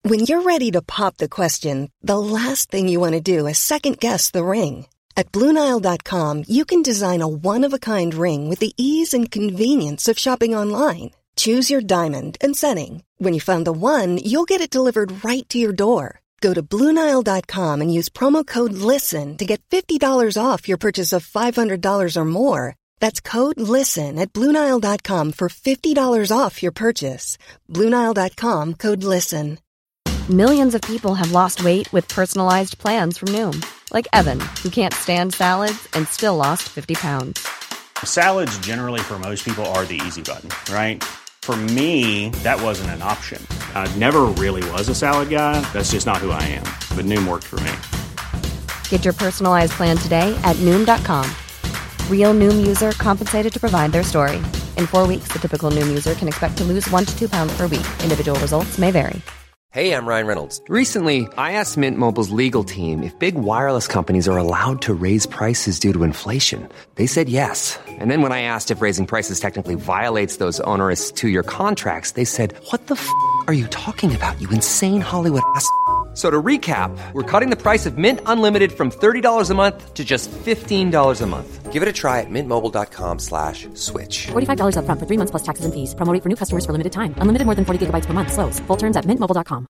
When you're ready to pop the question, the last thing you want to do is second-guess the ring. At BlueNile.com, you can design a one-of-a-kind ring with the ease and convenience of shopping online. Choose your diamond and setting. When you find the one, you'll get it delivered right to your door. Go to BlueNile.com and use promo code LISTEN to get $50 off your purchase of $500 or more. That's code LISTEN at BlueNile.com for $50 off your purchase. BlueNile.com, code LISTEN. Millions of people have lost weight with personalized plans from Noom. Like Evan, who can't stand salads and still lost 50 pounds. Salads generally for most people are the easy button, right? For me, that wasn't an option. I never really was a salad guy. That's just not who I am. But Noom worked for me. Get your personalized plan today at Noom.com. Real Noom user compensated to provide their story. In 4 weeks, the typical Noom user can expect to lose 1 to 2 pounds per week. Individual results may vary. Hey, I'm Ryan Reynolds. Recently, I asked Mint Mobile's legal team if big wireless companies are allowed to raise prices due to inflation. They said yes. And then when I asked if raising prices technically violates those onerous 2-year contracts, they said, "What the f*** are you talking about, you insane Hollywood ass?" So to recap, we're cutting the price of Mint Unlimited from $30 a month to just $15 a month. Give it a try at mintmobile.com/switch. $45 up front for 3 months plus taxes and fees. Promo rate for new customers for limited time. Unlimited more than 40 gigabytes per month. Slows full terms at mintmobile.com.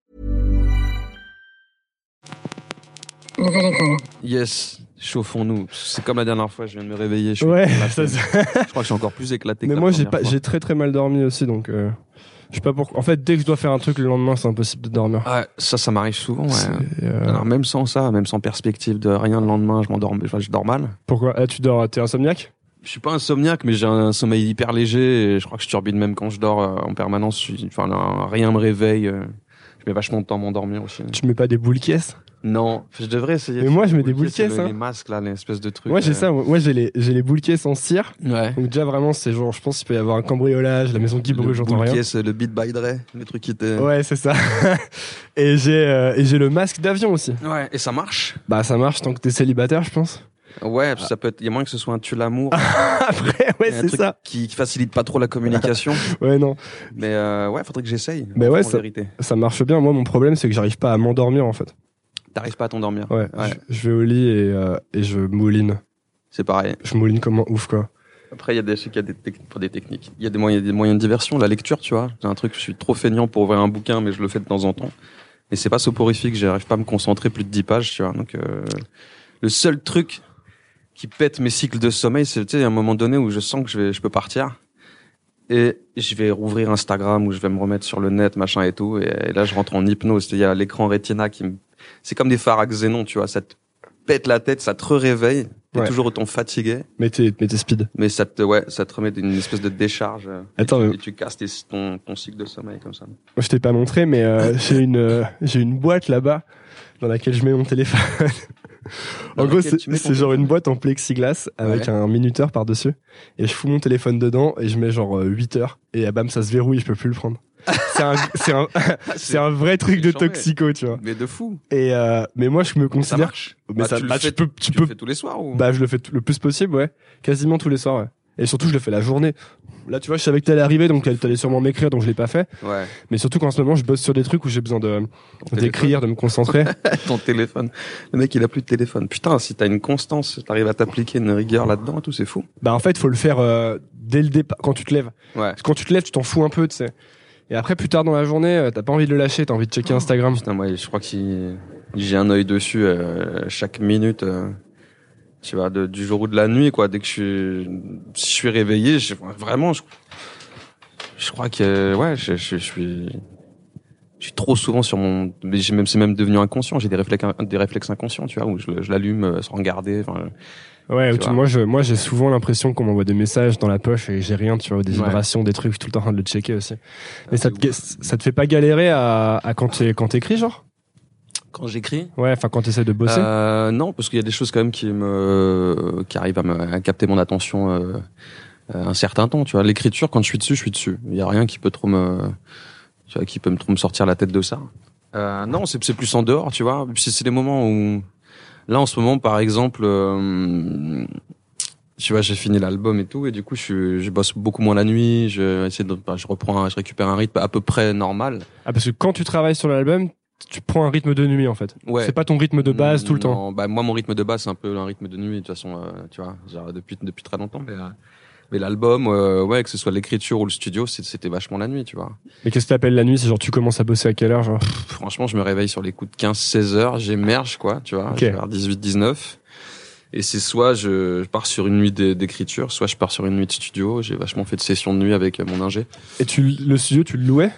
Yes, chauffons-nous. C'est comme la dernière fois, je viens de me réveiller. Je Ouais, je crois que je suis encore plus éclaté que mais la moi première fois. j'ai très très mal dormi aussi, donc je sais pas pourquoi. En fait, dès que je dois faire un truc le lendemain, c'est impossible de dormir. Ouais, ça m'arrive souvent. Ouais. Alors même sans ça, même sans perspective de rien le lendemain, je dors mal. Pourquoi? Ah, t'es insomniaque? Je suis pas insomniaque, mais j'ai un sommeil hyper léger. Et je crois que je turbine même quand je dors en permanence. Rien me réveille. Je mets vachement de temps à m'endormir aussi. Tu mets pas des boules caisses? Non, je devrais essayer. Mais moi, je mets des boules caisses. Les masques là, l'espèce de truc. Moi, j'ai ça. Moi, j'ai les boules caisses en cire. Ouais. Donc déjà vraiment, c'est genre, je pense qu'il peut y avoir un cambriolage, la maison qui brûle, j'entends rien. Le Beat by Dre, le truc qui était. Ouais, c'est ça. et j'ai le masque d'avion aussi. Ouais. Et ça marche. Bah, ça marche tant que t'es célibataire, je pense. Ouais, ça peut être. Il y a moyen que ce soit un tue-l'amour. Après, ouais, c'est ça. Qui facilite pas trop la communication. Ouais, non. Mais ouais, faudrait que j'essaye. Mais ouais, vérité. Ça marche bien. Moi, mon problème, c'est que j'arrive pas à m'endormir en fait. T'arrives pas à t'endormir. Ouais. Je vais au lit et je mouline. C'est pareil. Je mouline comme un ouf, quoi. Après, il y a des techniques. Il y a des moyens de diversion. La lecture, tu vois. C'est un truc, je suis trop feignant pour ouvrir un bouquin, mais je le fais de temps en temps. Mais c'est pas soporifique. J'arrive pas à me concentrer plus de 10 pages, tu vois. Donc, le seul truc qui pète mes cycles de sommeil, c'est, tu sais, à un moment donné où je sens que je peux partir. Et je vais rouvrir Instagram ou je vais me remettre sur le net, machin et tout. Et là, je rentre en hypnose. Il y a l'écran Retina c'est comme des phares à xénon, tu vois. Ça te pète la tête, ça te réveille. T'es toujours autant fatigué. Mais t'es speed. Mais ça te remet une espèce de décharge. Attends, et tu casses ton cycle de sommeil comme ça. Moi, je t'ai pas montré, mais j'ai une boîte là-bas dans laquelle je mets mon téléphone. En gros, c'est genre une boîte en plexiglas avec un minuteur par-dessus. Et je fous mon téléphone dedans et je mets genre 8 heures. Et bam, ça se verrouille, je peux plus le prendre. C'est un vrai truc de toxico, tu vois. Mais de fou. Et mais moi, je me considère. Ça marche. Tu le fais tous les soirs ou? Bah, je le fais le plus possible, ouais. Quasiment tous les soirs, ouais. Et surtout, je le fais la journée. Là, tu vois, je savais que t'allais arriver, donc t'allais sûrement m'écrire, donc je l'ai pas fait. Ouais. Mais surtout qu'en ce moment, je bosse sur des trucs où j'ai besoin d'écrire, de me concentrer. Ton téléphone. Le mec, il a plus de téléphone. Putain, si t'as une constance, t'arrives à t'appliquer une rigueur là-dedans et tout, c'est fou. Bah, en fait, faut le faire dès le départ, quand tu te lèves. Ouais. Parce que quand tu te lèves, tu t'en fous un peu, tu sais. Et après, plus tard dans la journée, t'as pas envie de le lâcher, t'as envie de checker Instagram. Putain, moi, je crois que si j'ai un œil dessus chaque minute, tu vois, du jour ou de la nuit, quoi. Dès que je suis réveillé, vraiment, je crois que je suis trop souvent sur mon. Mais c'est même devenu inconscient. J'ai des réflexes inconscients, tu vois, où je l'allume sans regarder. Ouais, moi j'ai souvent l'impression qu'on m'envoie des messages dans la poche et j'ai rien, tu vois, des vibrations, des trucs, je suis tout le temps en train de le checker aussi. Mais ça te fait pas galérer à quand t'écris, genre? Quand j'écris? Ouais, enfin quand t'essaies de bosser? Non, parce qu'il y a des choses quand même qui arrivent à capter mon attention un certain temps, tu vois. L'écriture, quand je suis dessus. Il y a rien qui peut trop me sortir la tête de ça. Non, c'est plus en dehors, tu vois. C'est des moments où, là en ce moment par exemple, tu vois, j'ai fini l'album et tout, et du coup, je bosse beaucoup moins la nuit. Je récupère un rythme à peu près normal. Ah, parce que quand tu travailles sur l'album, tu prends un rythme de nuit en fait. Ouais. C'est pas ton rythme de base tout le temps. Non, bah moi mon rythme de base c'est un peu un rythme de nuit de toute façon, tu vois, genre depuis très longtemps. Mais l'album, ouais, que ce soit l'écriture ou le studio, c'était vachement la nuit, tu vois. Mais qu'est-ce que t'appelles la nuit? C'est genre tu commences à bosser à quelle heure, genre? Franchement, je me réveille sur les coups de 15-16 heures, j'émerge quoi, tu vois, Okay. vers 18-19. Et c'est soit je pars sur une nuit d'écriture, soit je pars sur une nuit de studio. J'ai vachement fait de sessions de nuit avec mon ingé. Et le studio, tu le louais?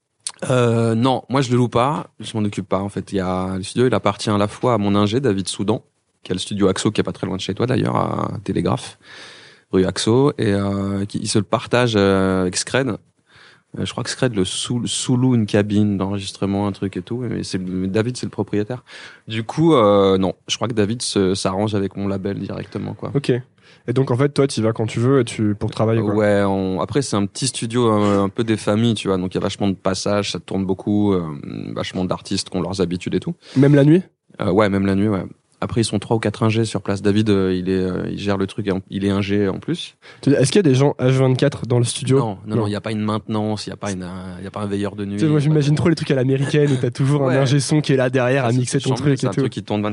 Non, moi je le loue pas, je m'en occupe pas en fait. Le studio, il appartient à la fois à mon ingé David Soudan, qui a le studio Axo qui est pas très loin de chez toi d'ailleurs, à Télégraphe, rue Axo, et il se le partage avec Scred. Je crois que Scred le sous-loue une cabine d'enregistrement, un truc et tout, mais David c'est le propriétaire. Du coup non, je crois que David s'arrange avec mon label directement quoi. Ok. Et donc en fait toi tu y vas quand tu veux pour travailler quoi. Ouais, après c'est un petit studio un peu des familles, tu vois, donc il y a vachement de passages, ça tourne beaucoup, vachement d'artistes qui ont leurs habitudes et tout. Même la nuit? Ouais, même la nuit, ouais. Après ils sont 3 ou 4 ingés sur place. David il gère le truc, il est ingé en plus. Est-ce qu'il y a des gens H24 dans le studio? Non, il y a pas une maintenance, il y a pas un veilleur de nuit. Tu sais, moi j'imagine trop les trucs à l'américaine où t'as toujours un ingé son qui est là derrière à mixer ton truc et tout. C'est un truc qui tourne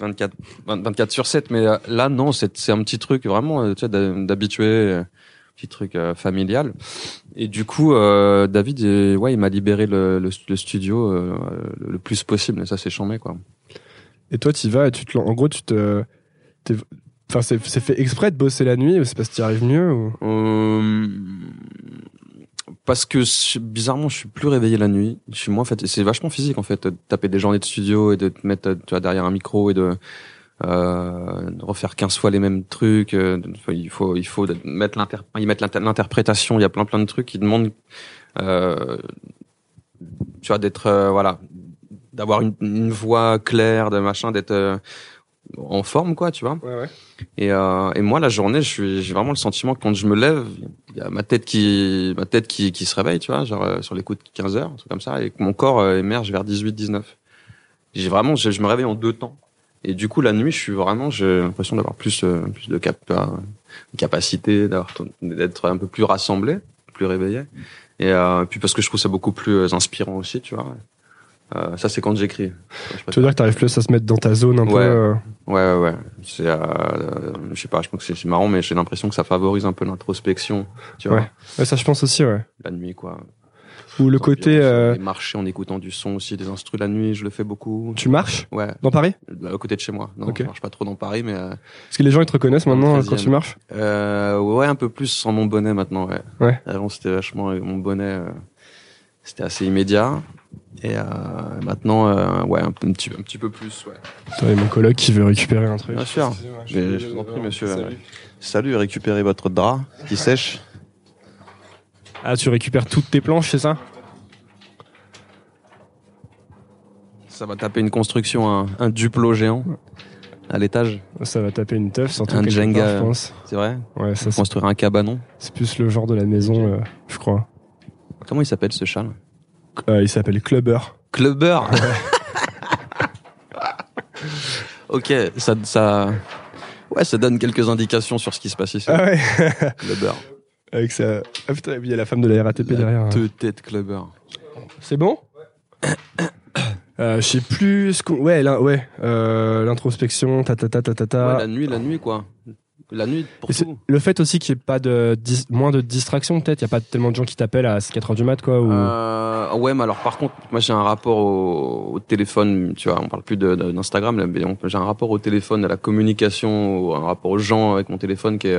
24 sur 7, mais là non, c'est un petit truc vraiment, tu sais, d'habitué, petit truc familial. Et du coup David il m'a libéré le studio le plus possible, et ça c'est chambé quoi. Et toi t'y vas et en gros enfin c'est fait exprès de bosser la nuit ou c'est parce que t'y arrives mieux ou... Parce que bizarrement je suis plus réveillé la nuit, je suis moins fatigué. C'est vachement physique en fait, de taper des journées de studio et de te mettre, tu vois, derrière un micro et de refaire 15 fois les mêmes trucs. Il faut mettre l'interprétation. Il y a plein de trucs qui demandent tu vois, d'être voilà, d'avoir une voix claire, de machin, d'être en forme quoi, tu vois. Ouais. Et moi la journée, j'ai vraiment le sentiment que quand je me lève, il y a ma tête qui se réveille, tu vois, genre sur les coups de 15 heures, un truc comme ça, et que mon corps émerge vers 18-19. Je me réveille en 2 temps. Et du coup la nuit, j'ai l'impression d'avoir plus de capacité, d'être un peu plus rassemblé, plus réveillé. Et puis parce que je trouve ça beaucoup plus inspirant aussi, tu vois. Ça c'est quand j'écris. Tu veux dire que t'arrives plus à se mettre dans ta zone un peu Ouais. C'est je sais pas, je pense que c'est marrant, mais j'ai l'impression que ça favorise un peu l'introspection, tu vois. Ouais, ça je pense aussi, ouais. La nuit quoi. Ou le côté marcher en écoutant du son aussi, des instrus la nuit, je le fais beaucoup. Tu marches? Ouais. Dans Paris? À côté de chez moi. Non, okay. Je marche pas trop dans Paris, mais est-ce que les gens ils te reconnaissent maintenant quand tu marches? Ouais, un peu plus sans mon bonnet maintenant, ouais. Ouais. Avant c'était vachement avec mon bonnet, c'était assez immédiat. Et maintenant, ouais, un petit peu plus, ouais. Attends, il y a mon coloc qui veut récupérer un truc. Bien sûr. Je vous en prie, monsieur. Salut, récupérez votre drap qui sèche. Ah, tu récupères toutes tes planches, c'est ça? Ça va taper une construction, un duplo géant à l'étage. Ça va taper une teuf, surtout un Jenga, part, je pense. C'est vrai? Ouais, ça. Construire un cabanon. C'est plus le genre de la maison, je crois. Comment il s'appelle ce chat là? Il s'appelle Clubber. Clubber. Ok, ouais, ça donne quelques indications sur ce qui se passe ici. Ah ouais. Clubber. Avec ça. Ah putain, il y a la femme de la RATP derrière. Tête Clubber. C'est bon? Je sais plus ce qu'on. Ouais, l'introspection, ta. Ouais, la nuit quoi. La nuit pour tout. Le fait aussi qu'il n'y ait pas moins de distractions, peut-être. Il n'y a pas tellement de gens qui t'appellent à 4h du mat, quoi. Ou... Ouais, mais alors par contre, moi j'ai un rapport au téléphone, tu vois, on parle plus d'Instagram, là, mais j'ai un rapport au téléphone, à la communication, un rapport aux gens avec mon téléphone qui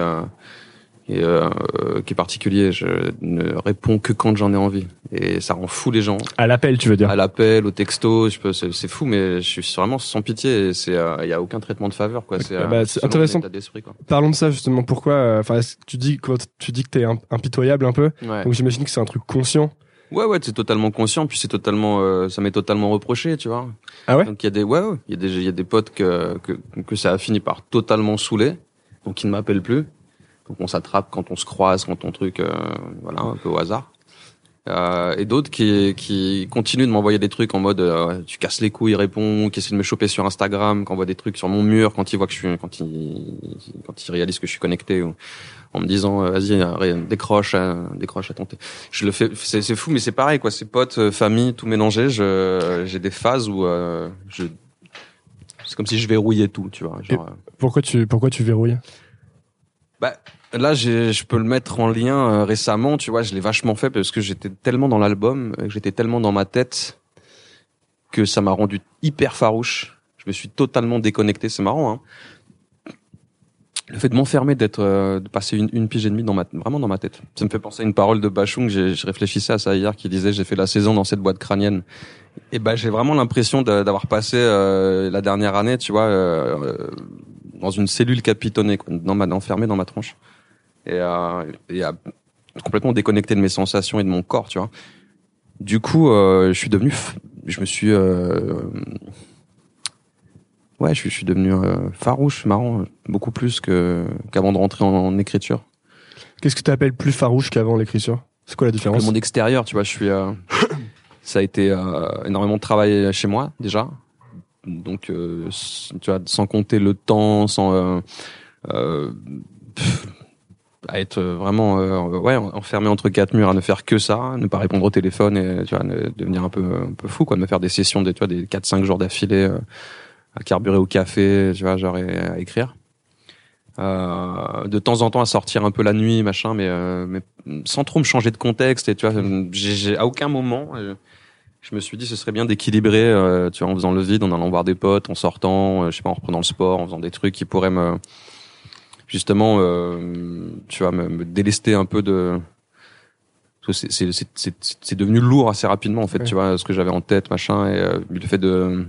est particulier. Je ne réponds que quand j'en ai envie. Et ça rend fou les gens. À l'appel, tu veux dire? À l'appel, au texto, c'est fou, mais je suis vraiment sans pitié. Et il y a aucun traitement de faveur, quoi. C'est intéressant. Quoi. Parlons de ça, justement. Pourquoi, tu dis que t'es impitoyable un peu. Ouais. Donc j'imagine que c'est un truc conscient. Ouais, c'est totalement conscient, puis c'est totalement, ça m'est totalement reproché, tu vois. Ah ouais? Donc il y a des potes que ça a fini par totalement saouler, donc ils ne m'appellent plus. Donc on s'attrape quand on se croise, quand on truc, voilà, un peu au hasard. Et d'autres qui continuent de m'envoyer des trucs en mode tu casses les couilles, réponds, qui essaient de me choper sur Instagram, qui envoient des trucs sur mon mur quand ils voient que quand ils réalisent que je suis connecté, ou en me disant vas-y décroche à tenter. Je le fais, c'est fou, mais c'est pareil quoi, c'est potes, famille, tout mélangé. J'ai des phases où c'est comme si je verrouillais tout, tu vois. Genre, pourquoi tu verrouilles? Bah là, je peux le mettre en lien récemment, tu vois. Je l'ai vachement fait parce que j'étais tellement dans l'album, j'étais tellement dans ma tête que ça m'a rendu hyper farouche. Je me suis totalement déconnecté. C'est marrant, hein. Le fait de m'enfermer, de passer une pige et demie vraiment dans ma tête. Ça me fait penser à une parole de Bachung. Je réfléchissais à ça hier, qui disait j'ai fait la saison dans cette boîte crânienne. Et ben j'ai vraiment l'impression d'avoir passé la dernière année, tu vois, dans une cellule capitonnée, quoi, enfermé dans ma tronche. Et complètement déconnecté de mes sensations et de mon corps, tu vois. Du coup, je suis devenu farouche, marrant, beaucoup plus qu'avant de rentrer en écriture. Qu'est-ce que tu appelles plus farouche qu'avant l'écriture? C'est quoi la différence? Le monde extérieur, tu vois, ça a été énormément de travail chez moi déjà. Donc tu vois, sans compter le temps, sans à être vraiment enfermé entre quatre murs, à ne faire que ça, ne pas répondre au téléphone et tu vois, devenir un peu fou quoi, de me faire des sessions des 4-5 jours d'affilée à carburer au café, tu vois, genre à écrire. De temps en temps à sortir un peu la nuit, machin, mais sans trop me changer de contexte et tu vois, à aucun moment je me suis dit ce serait bien d'équilibrer, tu vois, en faisant le vide, en allant voir des potes, en sortant, je sais pas, en reprenant le sport, en faisant des trucs qui pourraient justement tu vois, me délester un peu de. C'est devenu lourd assez rapidement en fait, ouais. Tu vois, ce que j'avais en tête, machin, et le fait de.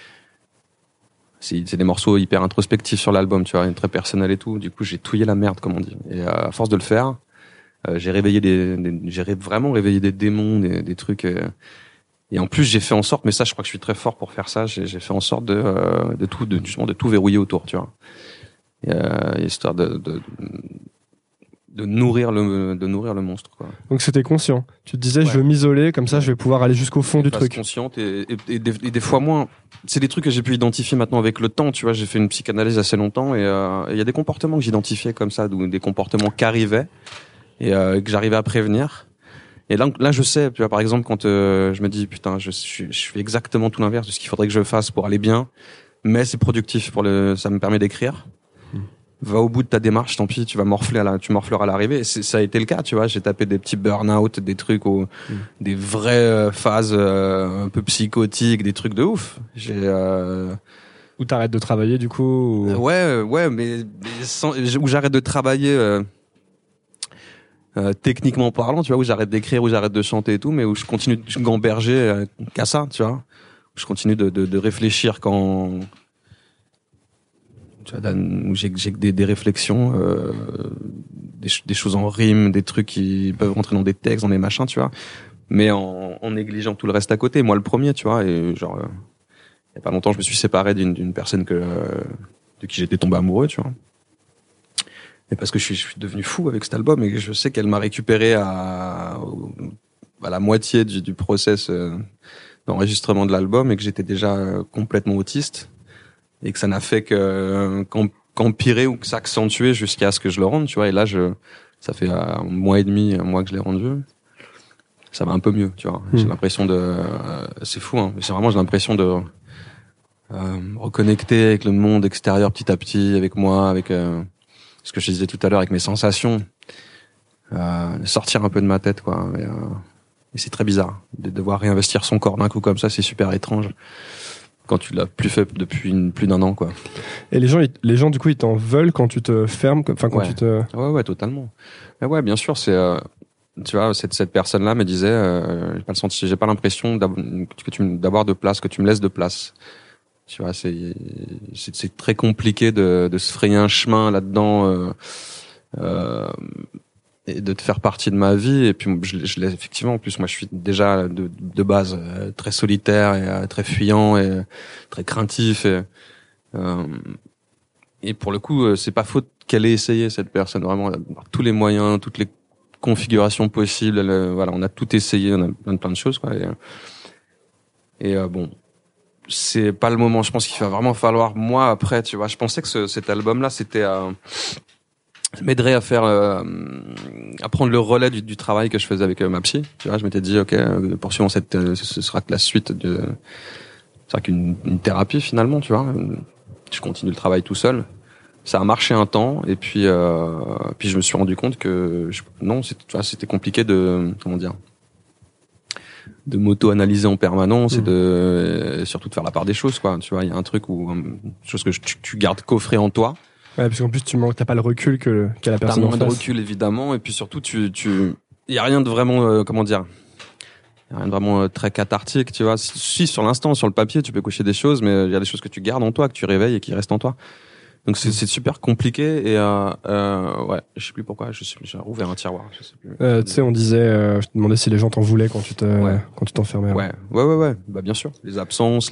C'est des morceaux hyper introspectifs sur l'album, tu vois, très personnel et tout. Du coup, j'ai touillé la merde, comme on dit. Et à force de le faire, j'ai vraiment réveillé des démons, des trucs. Et en plus, j'ai fait en sorte, mais ça, je crois que je suis très fort pour faire ça. J'ai fait en sorte justement de tout verrouiller autour, tu vois. Histoire de nourrir le monstre, quoi. Donc c'était conscient. Tu te disais, je veux m'isoler, comme ça je vais pouvoir aller jusqu'au fond du truc. Consciente et des fois moins. C'est des trucs que j'ai pu identifier maintenant avec le temps, tu vois. J'ai fait une psychanalyse assez longtemps et il y a des comportements que j'identifiais comme ça, des comportements qu'arrivaient et que j'arrivais à prévenir. Et là je sais, tu vois, par exemple quand je me dis putain, je fais exactement tout l'inverse de ce qu'il faudrait que je fasse pour aller bien, mais c'est productif ça me permet d'écrire. Va au bout de ta démarche, tant pis, tu morfleras à l'arrivée. Et ça a été le cas, tu vois. J'ai tapé des petits burn-out, des trucs des vraies phases un peu psychotiques, des trucs de ouf. Où t'arrêtes de travailler, du coup ou... Ouais, mais où j'arrête de travailler techniquement parlant, tu vois, où j'arrête d'écrire, où j'arrête de chanter et tout, mais où je continue de gamberger qu'à ça, tu vois. Où je continue de réfléchir quand... Tu vois, où j'ai des réflexions, des choses en rime, des trucs qui peuvent rentrer dans des textes, dans des machins, tu vois, mais en négligeant tout le reste à côté. Moi, le premier, tu vois, et genre, il y a pas longtemps, je me suis séparé d'une personne de qui j'étais tombé amoureux, tu vois. Et parce que je suis devenu fou avec cet album et que je sais qu'elle m'a récupéré à la moitié du process d'enregistrement de l'album et que j'étais déjà complètement autiste. Et que ça n'a fait qu'empirer ou que s'accentuer jusqu'à ce que je le rende, tu vois. Et là, ça fait un mois et demi, un mois que je l'ai rendu. Ça va un peu mieux, tu vois. J'ai l'impression c'est fou, hein. Mais j'ai l'impression de reconnecter avec le monde extérieur petit à petit, avec moi, avec ce que je disais tout à l'heure, avec mes sensations. Sortir un peu de ma tête, quoi. Et c'est très bizarre de devoir réinvestir son corps d'un coup comme ça, c'est super étrange. Quand tu l'as plus fait depuis plus d'un an, quoi. Et les gens, du coup, ils t'en veulent quand tu te fermes, enfin, quand tu te... Ouais, totalement. Mais ouais, bien sûr, c'est, tu vois, cette personne-là me disait, j'ai pas l'impression d'avoir de place, que tu me laisses de place. Tu vois, c'est très compliqué de se frayer un chemin là-dedans, et de te faire partie de ma vie. Et puis je l'ai effectivement. En plus, moi, je suis déjà de base très solitaire et très fuyant et très craintif. Et pour le coup, c'est pas faute qu'elle ait essayé, cette personne, vraiment, tous les moyens, toutes les configurations possibles. Voilà, on a tout essayé, on a plein de choses, quoi. Et bon, c'est pas le moment. Je pense qu'il va vraiment falloir, moi, après, tu vois, je pensais que cet album-là, c'était m'aiderait à faire, à prendre le relais du travail que je faisais avec ma psy. Tu vois, je m'étais dit, ok, poursuivons ce sera que la suite de, c'est qu'une thérapie finalement, tu vois. Je continue le travail tout seul. Ça a marché un temps, et puis je me suis rendu compte que c'était compliqué de, comment dire, de m'auto-analyser en permanence et surtout de faire la part des choses, quoi. Tu vois, il y a un truc une chose que tu gardes coffré en toi. Ouais, parce qu'en plus t'as pas le recul qu'a la personne en face. T'as moins de recul, évidemment, et puis surtout y a rien de vraiment, comment dire, y a rien de vraiment très cathartique, tu vois. Si sur l'instant, sur le papier, tu peux cocher des choses, mais il y a des choses que tu gardes en toi, que tu réveilles et qui restent en toi. Donc c'est super compliqué, et ouais, je sais plus pourquoi, j'ai rouvert un tiroir, je sais plus. Tu sais, on disait, je te demandais si les gens t'en voulaient quand tu t'enfermais. Ouais, bah bien sûr. Les absences,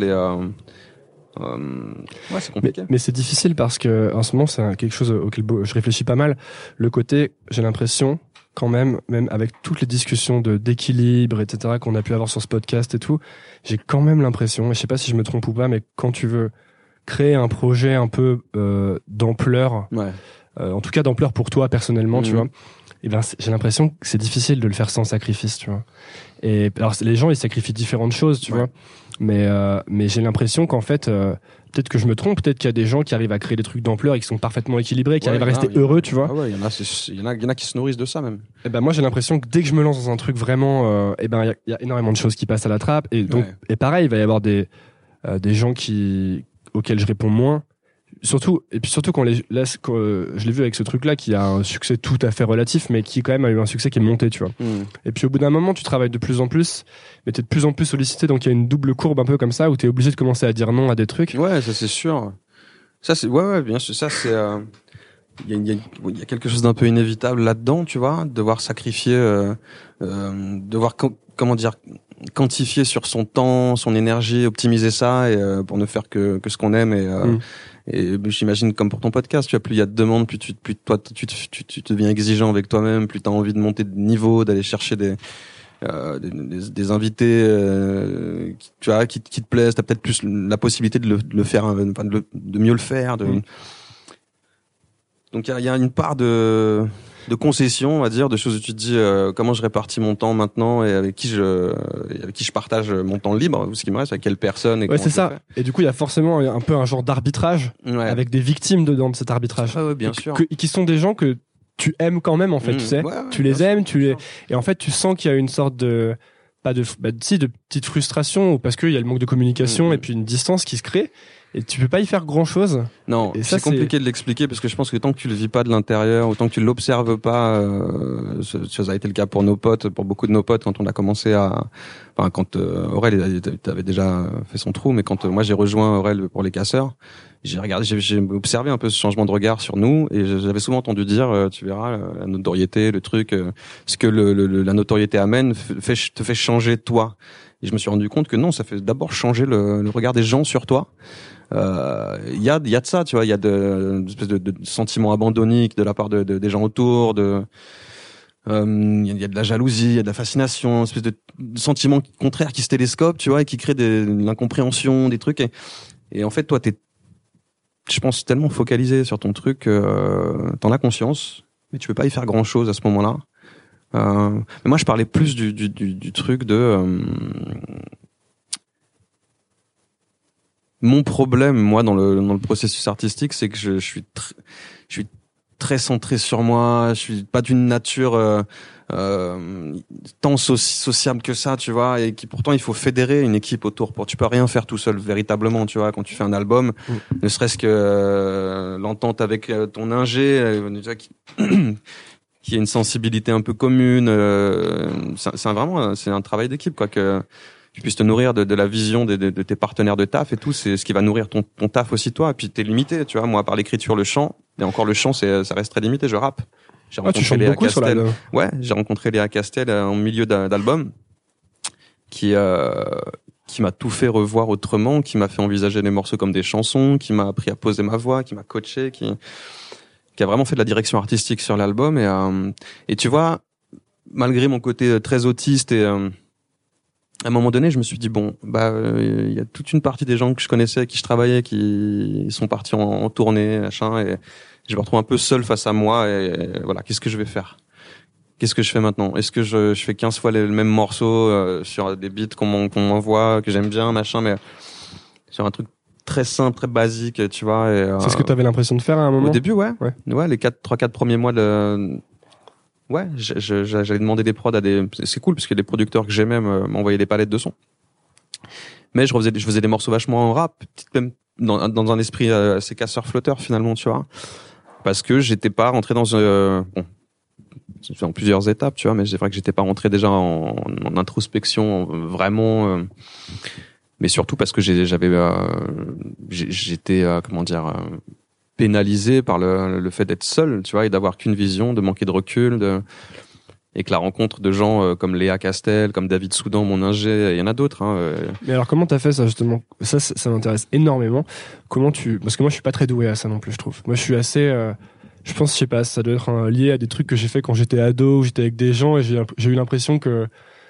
ouais, c'est compliqué. Mais c'est difficile parce que en ce moment, c'est quelque chose auquel je réfléchis pas mal. Le côté, j'ai l'impression, quand même avec toutes les discussions d'équilibre, etc., qu'on a pu avoir sur ce podcast et tout, j'ai quand même l'impression, et je sais pas si je me trompe ou pas, mais quand tu veux créer un projet un peu d'ampleur, en tout cas d'ampleur pour toi personnellement, tu vois, et ben j'ai l'impression que c'est difficile de le faire sans sacrifice, tu vois. Et alors les gens ils sacrifient différentes choses, tu vois, mais j'ai l'impression qu'en fait peut-être que je me trompe, peut-être qu'il y a des gens qui arrivent à créer des trucs d'ampleur et qui sont parfaitement équilibrés, qui arrivent à rester heureux, tu vois. Ah ouais, il y en a qui se nourrissent de ça même. Et ben moi j'ai l'impression que dès que je me lance dans un truc vraiment, et ben il y a énormément de choses qui passent à la trappe, et donc et pareil, il va y avoir des gens auxquels je réponds moins. Surtout quand je l'ai vu avec ce truc-là qui a un succès tout à fait relatif, mais qui quand même a eu un succès qui est monté, tu vois. Et puis au bout d'un moment, tu travailles de plus en plus, mais t'es de plus en plus sollicité, donc il y a une double courbe un peu comme ça où t'es obligé de commencer à dire non à des trucs. Ouais, ça c'est sûr. Ça c'est bien sûr. Ça c'est il y a quelque chose d'un peu inévitable là-dedans, tu vois, devoir sacrifier, devoir comment dire, quantifier sur son temps, son énergie, optimiser ça, et pour ne faire que ce qu'on aime, et j'imagine comme pour ton podcast, tu vois, plus il y a de demandes, plus toi tu deviens exigeant avec toi-même, plus t'as envie de monter de niveau, d'aller chercher des invités tu vois, qui te plaisent, t'as peut-être plus la possibilité de le faire, de mieux le faire, donc il y a une part de concession, on va dire, de choses où tu te dis comment je répartis mon temps maintenant, et avec qui je partage mon temps libre, ou ce qui me reste, avec quelle personne, et ouais, c'est ça. Et du coup il y a forcément un peu un genre d'arbitrage, avec des victimes dedans de cet arbitrage, bien sûr, qui sont des gens que tu aimes quand même, en fait, tu sais, tu les aimes, et en fait tu sens qu'il y a une sorte de de petite frustration, parce qu'il y a le manque de communication et puis une distance qui se crée. Et tu peux pas y faire grand chose. Non, et c'est compliqué de l'expliquer, parce que je pense que tant que tu le vis pas de l'intérieur, ou tant que tu l'observes pas, ça a été le cas pour nos potes, pour beaucoup de nos potes, quand on a commencé quand Aurel avait déjà fait son trou, mais quand moi j'ai rejoint Aurel pour les Casseurs, j'ai observé un peu ce changement de regard sur nous, et j'avais souvent entendu dire, tu verras, la notoriété, le truc, ce que la notoriété amène te fait changer toi. Et je me suis rendu compte que non, ça fait d'abord changer le regard des gens sur toi. Il y a de ça, tu vois, il y a une espèce de sentiment abandonnique de la part des gens autour, il y a de la jalousie, il y a de la fascination, une espèce de sentiment contraire qui se télescope, tu vois, et qui crée de l'incompréhension, des trucs, et en fait toi t'es, je pense, tellement focalisé sur ton truc, t'en as conscience, mais tu peux pas y faire grand chose à ce moment-là. Mais moi je parlais plus du truc de mon problème, moi, dans le processus artistique, c'est que je suis très centré sur moi. Je suis pas d'une nature tant sociable que ça, tu vois, et qui pourtant il faut fédérer une équipe autour. Tu peux rien faire tout seul véritablement, tu vois. Quand tu fais un album, ne serait-ce que l'entente avec ton ingé, qui a une sensibilité un peu commune, c'est un travail d'équipe, quoi, que tu puisses te nourrir de la vision de tes partenaires de taf et tout, c'est ce qui va nourrir ton taf aussi, toi. Et puis t'es limité, tu vois. Moi, par l'écriture, le chant, et encore le chant, ça reste très limité. Je rappe. J'ai rencontré Léa Castel. J'ai rencontré Léa Castel en milieu d'album, qui m'a tout fait revoir autrement, qui m'a fait envisager les morceaux comme des chansons, qui m'a appris à poser ma voix, qui m'a coaché, qui a vraiment fait de la direction artistique sur l'album, et tu vois, malgré mon côté très autiste et à un moment donné, je me suis dit bon, y a toute une partie des gens que je connaissais, avec qui je travaillais, qui sont partis en tournée, machin, et je me retrouve un peu seul face à moi. Et voilà, qu'est-ce que je vais faire ? Qu'est-ce que je fais maintenant ? Est-ce que je fais 15 fois le même morceau sur des beats qu'on m'envoie, que j'aime bien, machin, mais sur un truc très simple, très basique, tu vois. C'est ce que tu avais l'impression de faire à un moment ? Au début, ouais, les 3-4 premiers mois j'allais demander des prods c'est cool parce que les producteurs que j'aimais m'envoyaient des palettes de sons. Mais je faisais des morceaux vachement en rap, même dans un esprit assez casseur-flotteur finalement, tu vois. Parce que j'étais pas rentré dans c'est fait en plusieurs étapes, tu vois, mais c'est vrai que j'étais pas rentré déjà en introspection vraiment, mais surtout parce que j'étais pénalisé par le fait d'être seul, tu vois, et d'avoir qu'une vision, de manquer de recul, et que la rencontre de gens comme Léa Castel, comme David Soudan, mon ingé, il y en a d'autres. Mais alors comment t'as fait ça justement ? Ça m'intéresse énormément. Parce que moi je suis pas très doué à ça non plus, je trouve. Moi je suis assez, je pense, je sais pas, ça doit être lié à des trucs que j'ai fait quand j'étais ado, où j'étais avec des gens et j'ai eu l'impression que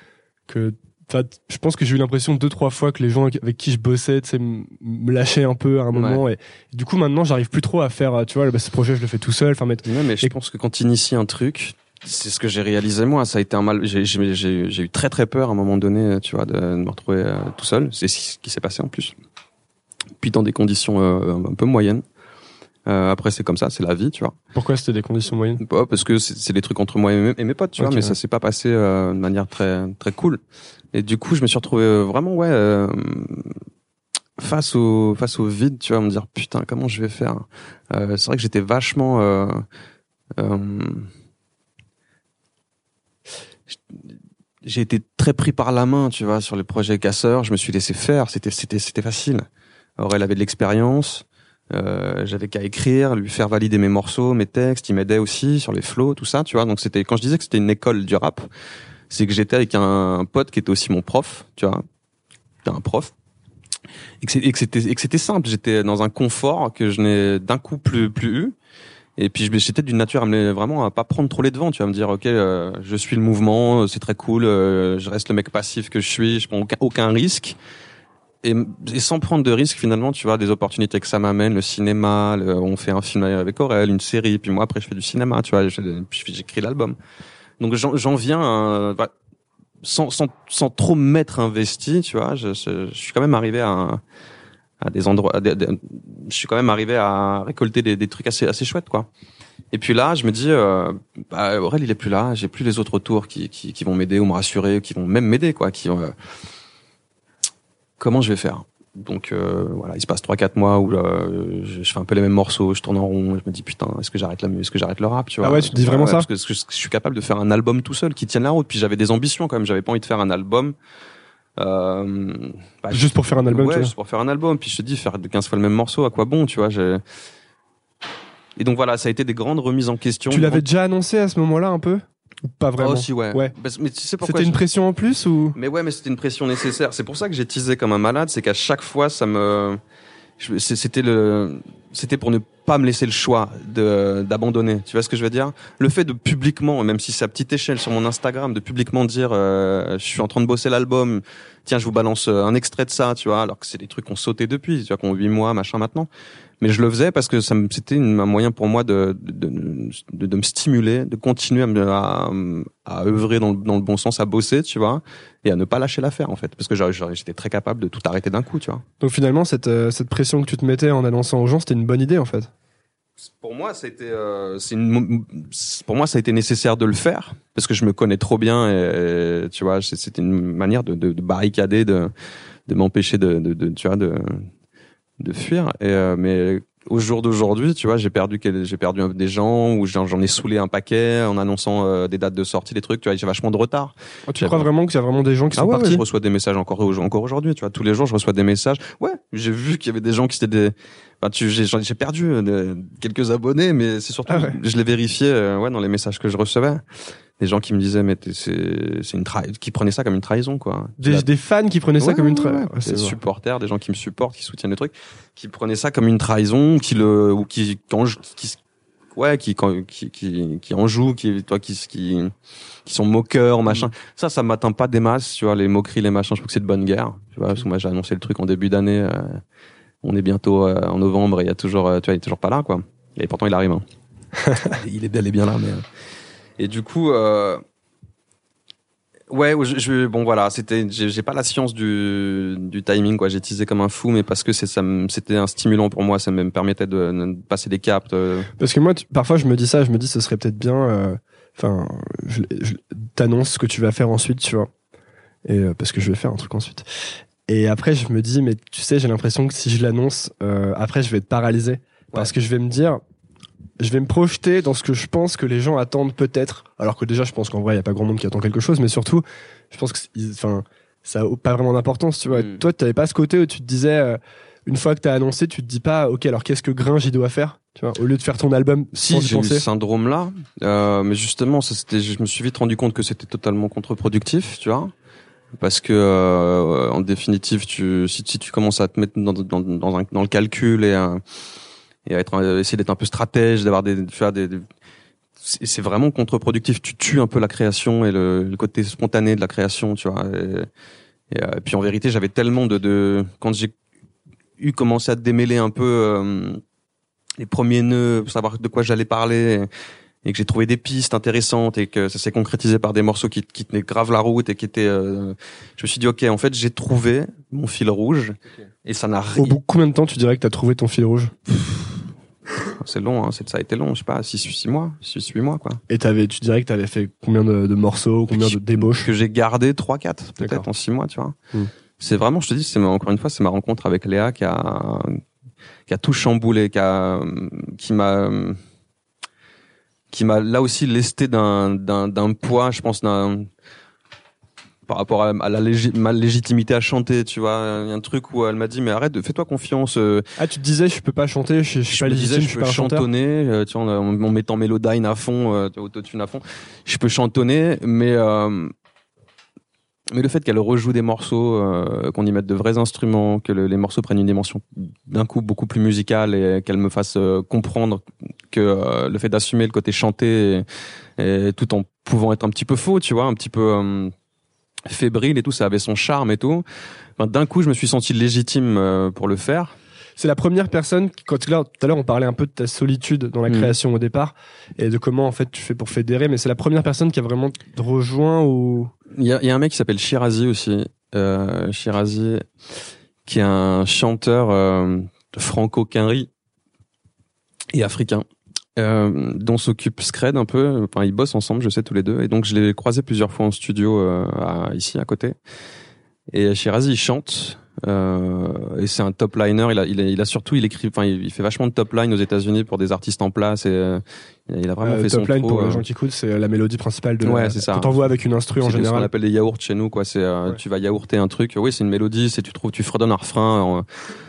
je pense que j'ai eu l'impression 2-3 fois que les gens avec qui je bossais, tu sais, me lâchaient un peu à un moment. Et du coup, maintenant, j'arrive plus trop à faire, tu vois, ce projet, je le fais tout seul. Mais je pense que quand tu inities un truc, c'est ce que j'ai réalisé moi. Ça a été un mal. J'ai eu très très peur à un moment donné, tu vois, de me retrouver tout seul. C'est ce qui s'est passé en plus. Puis dans des conditions un peu moyennes. Après c'est comme ça, c'est la vie, tu vois. Pourquoi c'était des conditions moyennes ? Parce que c'est des trucs entre moi et mes potes, tu vois, mais ça s'est pas passé de manière très très cool. Et du coup, je me suis retrouvé vraiment face au vide, tu vois, me dire putain, comment je vais faire ? C'est vrai que j'étais vachement j'ai été très pris par la main, tu vois, sur les projets casseurs, je me suis laissé faire, c'était facile. Alors elle avait de l'expérience. J'avais qu'à écrire, lui faire valider mes morceaux, mes textes, il m'aidait aussi sur les flows, tout ça, tu vois. Donc quand je disais que c'était une école du rap, c'est que j'étais avec un pote qui était aussi mon prof, tu vois. C'était un prof. Et que c'était simple, j'étais dans un confort que je n'ai d'un coup plus eu. Et puis j'étais d'une nature à pas prendre trop les devants, tu vas me dire OK, je suis le mouvement, c'est très cool, je reste le mec passif que je suis, je prends aucun risque. Et sans prendre de risques finalement, tu vois, des opportunités que ça m'amène, le cinéma, on fait un film avec Aurel, une série, puis moi après je fais du cinéma, tu vois, puis j'écris l'album. Donc j'en viens sans trop m'être investi, tu vois, je suis quand même arrivé à des endroits, je suis quand même arrivé à récolter des trucs assez chouettes, quoi. Et puis là, je me dis, Aurel il est plus là, j'ai plus les autres autour qui vont m'aider ou me rassurer, qui vont même m'aider, quoi, comment je vais faire ? Donc voilà, il se passe 3-4 mois où je fais un peu les mêmes morceaux, je tourne en rond, je me dis putain, est-ce que j'arrête le rap, tu vois ? Ah ouais, tu te dis vraiment ça ? Parce que je suis capable de faire un album tout seul qui tienne la route. Puis j'avais des ambitions quand même, j'avais pas envie de faire un album juste pour faire un album, ouais, tu vois. juste pour faire un album. Puis je te dis, faire 15 fois le même morceau, à quoi bon, tu vois. Et donc voilà, ça a été des grandes remises en question. Tu l'avais déjà annoncé à ce moment-là un peu ? Pas vraiment. Ah aussi, ouais. Mais tu sais pourquoi c'était une pression en plus ou ? Mais ouais, mais c'était une pression nécessaire. C'est pour ça que j'ai teasé comme un malade, c'est qu'à chaque fois, c'était pour ne pas me laisser le choix d'abandonner. Tu vois ce que je veux dire ? Le fait de publiquement, même si c'est à petite échelle sur mon Instagram, de publiquement dire je suis en train de bosser l'album, tiens, je vous balance un extrait de ça, tu vois, alors que c'est des trucs qu'on sautait depuis, tu vois, qu'on 8 mois, machin maintenant. Mais je le faisais parce que c'était un moyen pour moi de me stimuler, de continuer à œuvrer dans le bon sens, à bosser, tu vois, et à ne pas lâcher l'affaire, en fait, parce que j'étais très capable de tout arrêter d'un coup, tu vois. Donc finalement, cette pression que tu te mettais en annonçant aux gens, c'était une bonne idée, en fait. Pour moi, ça a été nécessaire de le faire parce que je me connais trop bien et tu vois, c'était une manière de barricader, de m'empêcher tu vois, de fuir. Mais au jour d'aujourd'hui, tu vois, j'ai perdu des gens ou j'en ai saoulé un paquet en annonçant des dates de sortie, des trucs. Tu vois, j'ai vachement de retard. Tu crois vraiment qu'il y a vraiment des gens qui sont partis ? Ouais, je reçois des messages encore aujourd'hui. Tu vois, tous les jours, je reçois des messages. Ouais, j'ai vu qu'il y avait des gens qui étaient des. Enfin, j'ai perdu quelques abonnés, mais c'est surtout, je l'ai vérifié, dans les messages que je recevais. Des gens qui me disaient, mais qui prenaient ça comme une trahison, quoi. Des fans qui prenaient ça comme une trahison. Des supporters, des gens qui me supportent, qui soutiennent le truc, qui prenaient ça comme une trahison, qui en jouent, qui sont moqueurs, machin. Ça m'atteint pas des masses, tu vois, les moqueries, les machins. Je trouve que c'est de bonne guerre, tu vois, parce que moi j'ai annoncé le truc en début d'année. On est bientôt en novembre et il y a toujours, tu vois, il est toujours pas là, quoi. Et pourtant il arrive. Hein. Il est bel et bien là, mais. Et du coup, ouais, bon voilà, j'ai pas la science du timing, quoi. J'ai teasé comme un fou, mais parce que c'était un stimulant pour moi, ça me permettait de passer des caps. Parce que moi, parfois je me dis ce serait peut-être bien. Enfin, je t'annonce ce que tu vas faire ensuite, tu vois. Et parce que je vais faire un truc ensuite. Et après, je me dis, mais tu sais, j'ai l'impression que si je l'annonce, après, je vais être paralysé. Parce que je vais me projeter dans ce que je pense que les gens attendent peut-être. Alors que déjà, je pense qu'en vrai, il n'y a pas grand monde qui attend quelque chose. Mais surtout, je pense que ça n'a pas vraiment d'importance, tu vois. Toi, tu n'avais pas ce côté où tu te disais, une fois que tu as annoncé, tu te dis pas, ok, alors qu'est-ce que Gringe il doit faire, tu vois, au lieu de faire ton album. Si, j'ai eu ce syndrome-là. Mais justement, je me suis vite rendu compte que c'était totalement contre-productif, tu vois. Parce que en définitive, si tu commences à te mettre dans le calcul et à essayer d'être un peu stratège, d'avoir c'est vraiment contre-productif. Tu tues un peu la création et le côté spontané de la création, tu vois. Et puis en vérité, j'avais tellement quand j'ai commencé à démêler un peu les premiers nœuds, pour savoir de quoi j'allais parler. Et que j'ai trouvé des pistes intéressantes et que ça s'est concrétisé par des morceaux qui tenaient grave la route et qui étaient je me suis dit ok, en fait j'ai trouvé mon fil rouge. Et ça n'a rien. Au bout de combien de temps tu dirais que t'as trouvé ton fil rouge? C'est long, hein, ça a été long, je sais pas, 6-8 mois quoi. Et tu dirais que t'avais fait combien de morceaux, combien de débauches? Que j'ai gardé 3-4 peut-être en 6 mois, tu vois. C'est vraiment, je te dis, encore une fois, c'est ma rencontre avec Léa qui a tout chamboulé, qui m'a là aussi lesté d'un poids, je pense, par rapport à ma légitimité à chanter, tu vois. Il y a un truc où elle m'a dit, mais arrête, fais-toi confiance. Ah, tu te disais, je peux pas chanter, je suis pas légitime, je suis pas un chanteur. Chantonner, tu vois, en mettant Melodyne à fond, autotune à fond. Je peux chantonner, mais le fait qu'elle rejoue des morceaux, qu'on y mette de vrais instruments, que les morceaux prennent une dimension d'un coup beaucoup plus musicale et qu'elle me fasse comprendre que le fait d'assumer le côté chanté et tout en pouvant être un petit peu faux, tu vois, un petit peu fébrile et tout, ça avait son charme et tout. Enfin, d'un coup, je me suis senti légitime pour le faire. C'est la première personne, tout à l'heure on parlait un peu de ta solitude dans la création au départ et de comment en fait tu fais pour fédérer, mais c'est la première personne qui a vraiment rejoint ou... Il y a un mec qui s'appelle Shirazi aussi, Shirazi, qui est un chanteur franco-quinri et africain, dont s'occupe Scred un peu. Enfin, ils bossent ensemble, je sais, tous les deux. Et donc, je l'ai croisé plusieurs fois en studio ici à côté. Et Shirazi, il chante. Et c'est un top liner. Il a surtout, il fait vachement de top line aux États-Unis pour des artistes en place. Et il a vraiment fait son top line pour les gens qui écoutent, c'est la mélodie principale de. Ouais, c'est ça. Quand t'envoies avec une instru en général. C'est ce qu'on appelle les yaourts chez nous, quoi. C'est tu vas yaourter un truc. Oui, c'est une mélodie. Tu fredonnes un refrain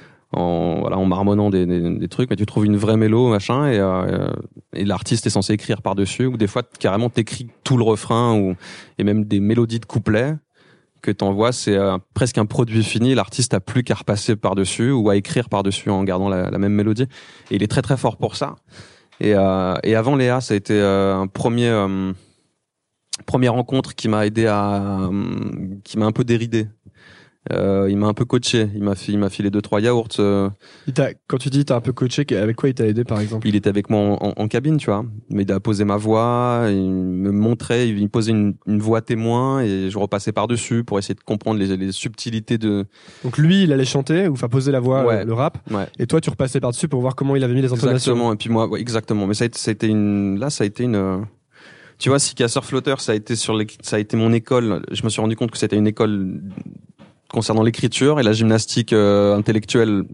en marmonnant des trucs, mais tu trouves une vraie mélo, machin, et l'artiste est censé écrire par-dessus, ou des fois carrément t'écris tout le refrain, et même des mélodies de couplets que t'envoies, c'est presque un produit fini. L'artiste a plus qu'à repasser par-dessus ou à écrire par-dessus en gardant la même mélodie. Et il est très très fort pour ça. Et avant Léa, ça a été un première rencontre qui m'a aidé qui m'a un peu déridé. Il m'a un peu coaché. Il m'a filé 2-3 yaourts. Quand tu dis t'as un peu coaché, avec quoi il t'a aidé par exemple? Il était avec moi en cabine, tu vois. Mais il a posé ma voix, il me montrait, il me posait une voix témoin et je repassais par-dessus pour essayer de comprendre les subtilités de... Donc lui, il allait chanter, ou poser la voix, le rap. Ouais. Et toi, tu repassais par-dessus pour voir comment il avait mis les intonations. Exactement. Et puis moi, exactement. Mais ça a été une... Tu vois, si Casseur Flotteur, ça a été mon école. Je me suis rendu compte que c'était une école concernant l'écriture et la gymnastique intellectuelle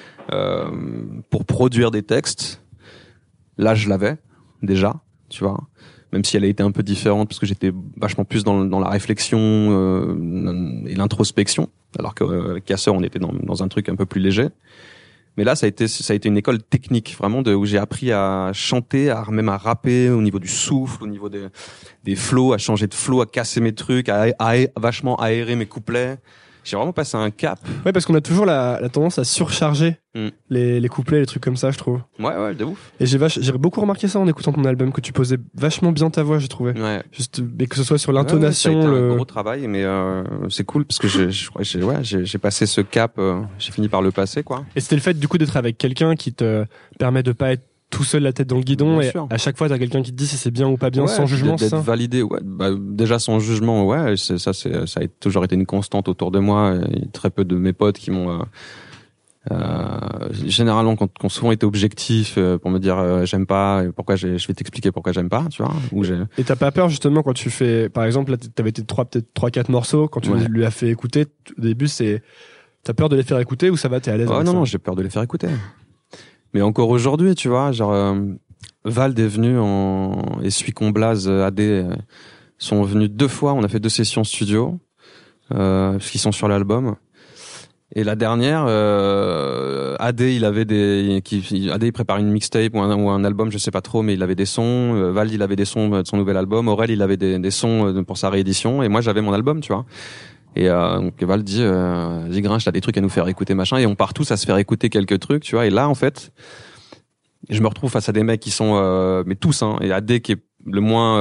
pour produire des textes. Là, je l'avais déjà, tu vois, même si elle a été un peu différente parce que j'étais vachement plus dans la réflexion et l'introspection, alors que Casseur, on était dans un truc un peu plus léger. Mais là, ça a été une école technique, vraiment, où j'ai appris à chanter, même à rapper au niveau du souffle, au niveau des flows, à changer de flow, à casser mes trucs, à vachement aérer mes couplets. j'ai vraiment passé un cap. Ouais, parce qu'on a toujours la tendance à surcharger les couplets, les trucs comme ça, je trouve. Ouais, de ouf. Et j'ai beaucoup remarqué ça en écoutant ton album, que tu posais vachement bien ta voix, j'ai trouvé. Ouais. Juste, mais que ce soit sur l'intonation. Ça a été un gros travail, mais c'est cool parce que j'ai passé ce cap, j'ai fini par le passer, quoi. Et c'était le fait, du coup, d'être avec quelqu'un qui te permet de pas être tout seul la tête dans le guidon, bien et sûr. À chaque fois t'as quelqu'un qui te dit si c'est bien ou pas bien, sans jugement, d'être ça validé, ouais. Bah, déjà sans jugement, ouais, ça a toujours été une constante autour de moi. Il y a très peu de mes potes qui m'ont généralement quand souvent été objectifs pour me dire j'aime pas, pourquoi je vais t'expliquer pourquoi j'aime pas, tu vois. Et t'as pas peur justement quand tu fais, par exemple là t'avais peut-être 3-4 morceaux, quand tu lui as fait écouter au début, t'as peur de les faire écouter ou ça va, t'es à l'aise? Non, j'ai peur de les faire écouter. Mais encore aujourd'hui, tu vois, genre Vald est venu et Suicon Blaze, AD sont venus 2 fois. On a fait 2 sessions studio parce qu'ils sont sur l'album. Et la dernière, AD il prépare une mixtape ou un album, je sais pas trop, mais il avait des sons. Vald il avait des sons de son nouvel album. Aurel il avait des sons pour sa réédition. Et moi j'avais mon album, tu vois. Et donc Val dit Grinch, t'as des trucs à nous faire écouter, machin, et on part tous à se faire écouter quelques trucs, tu vois. Et là en fait je me retrouve face à des mecs qui sont mais tous, hein, et AD qui est le moins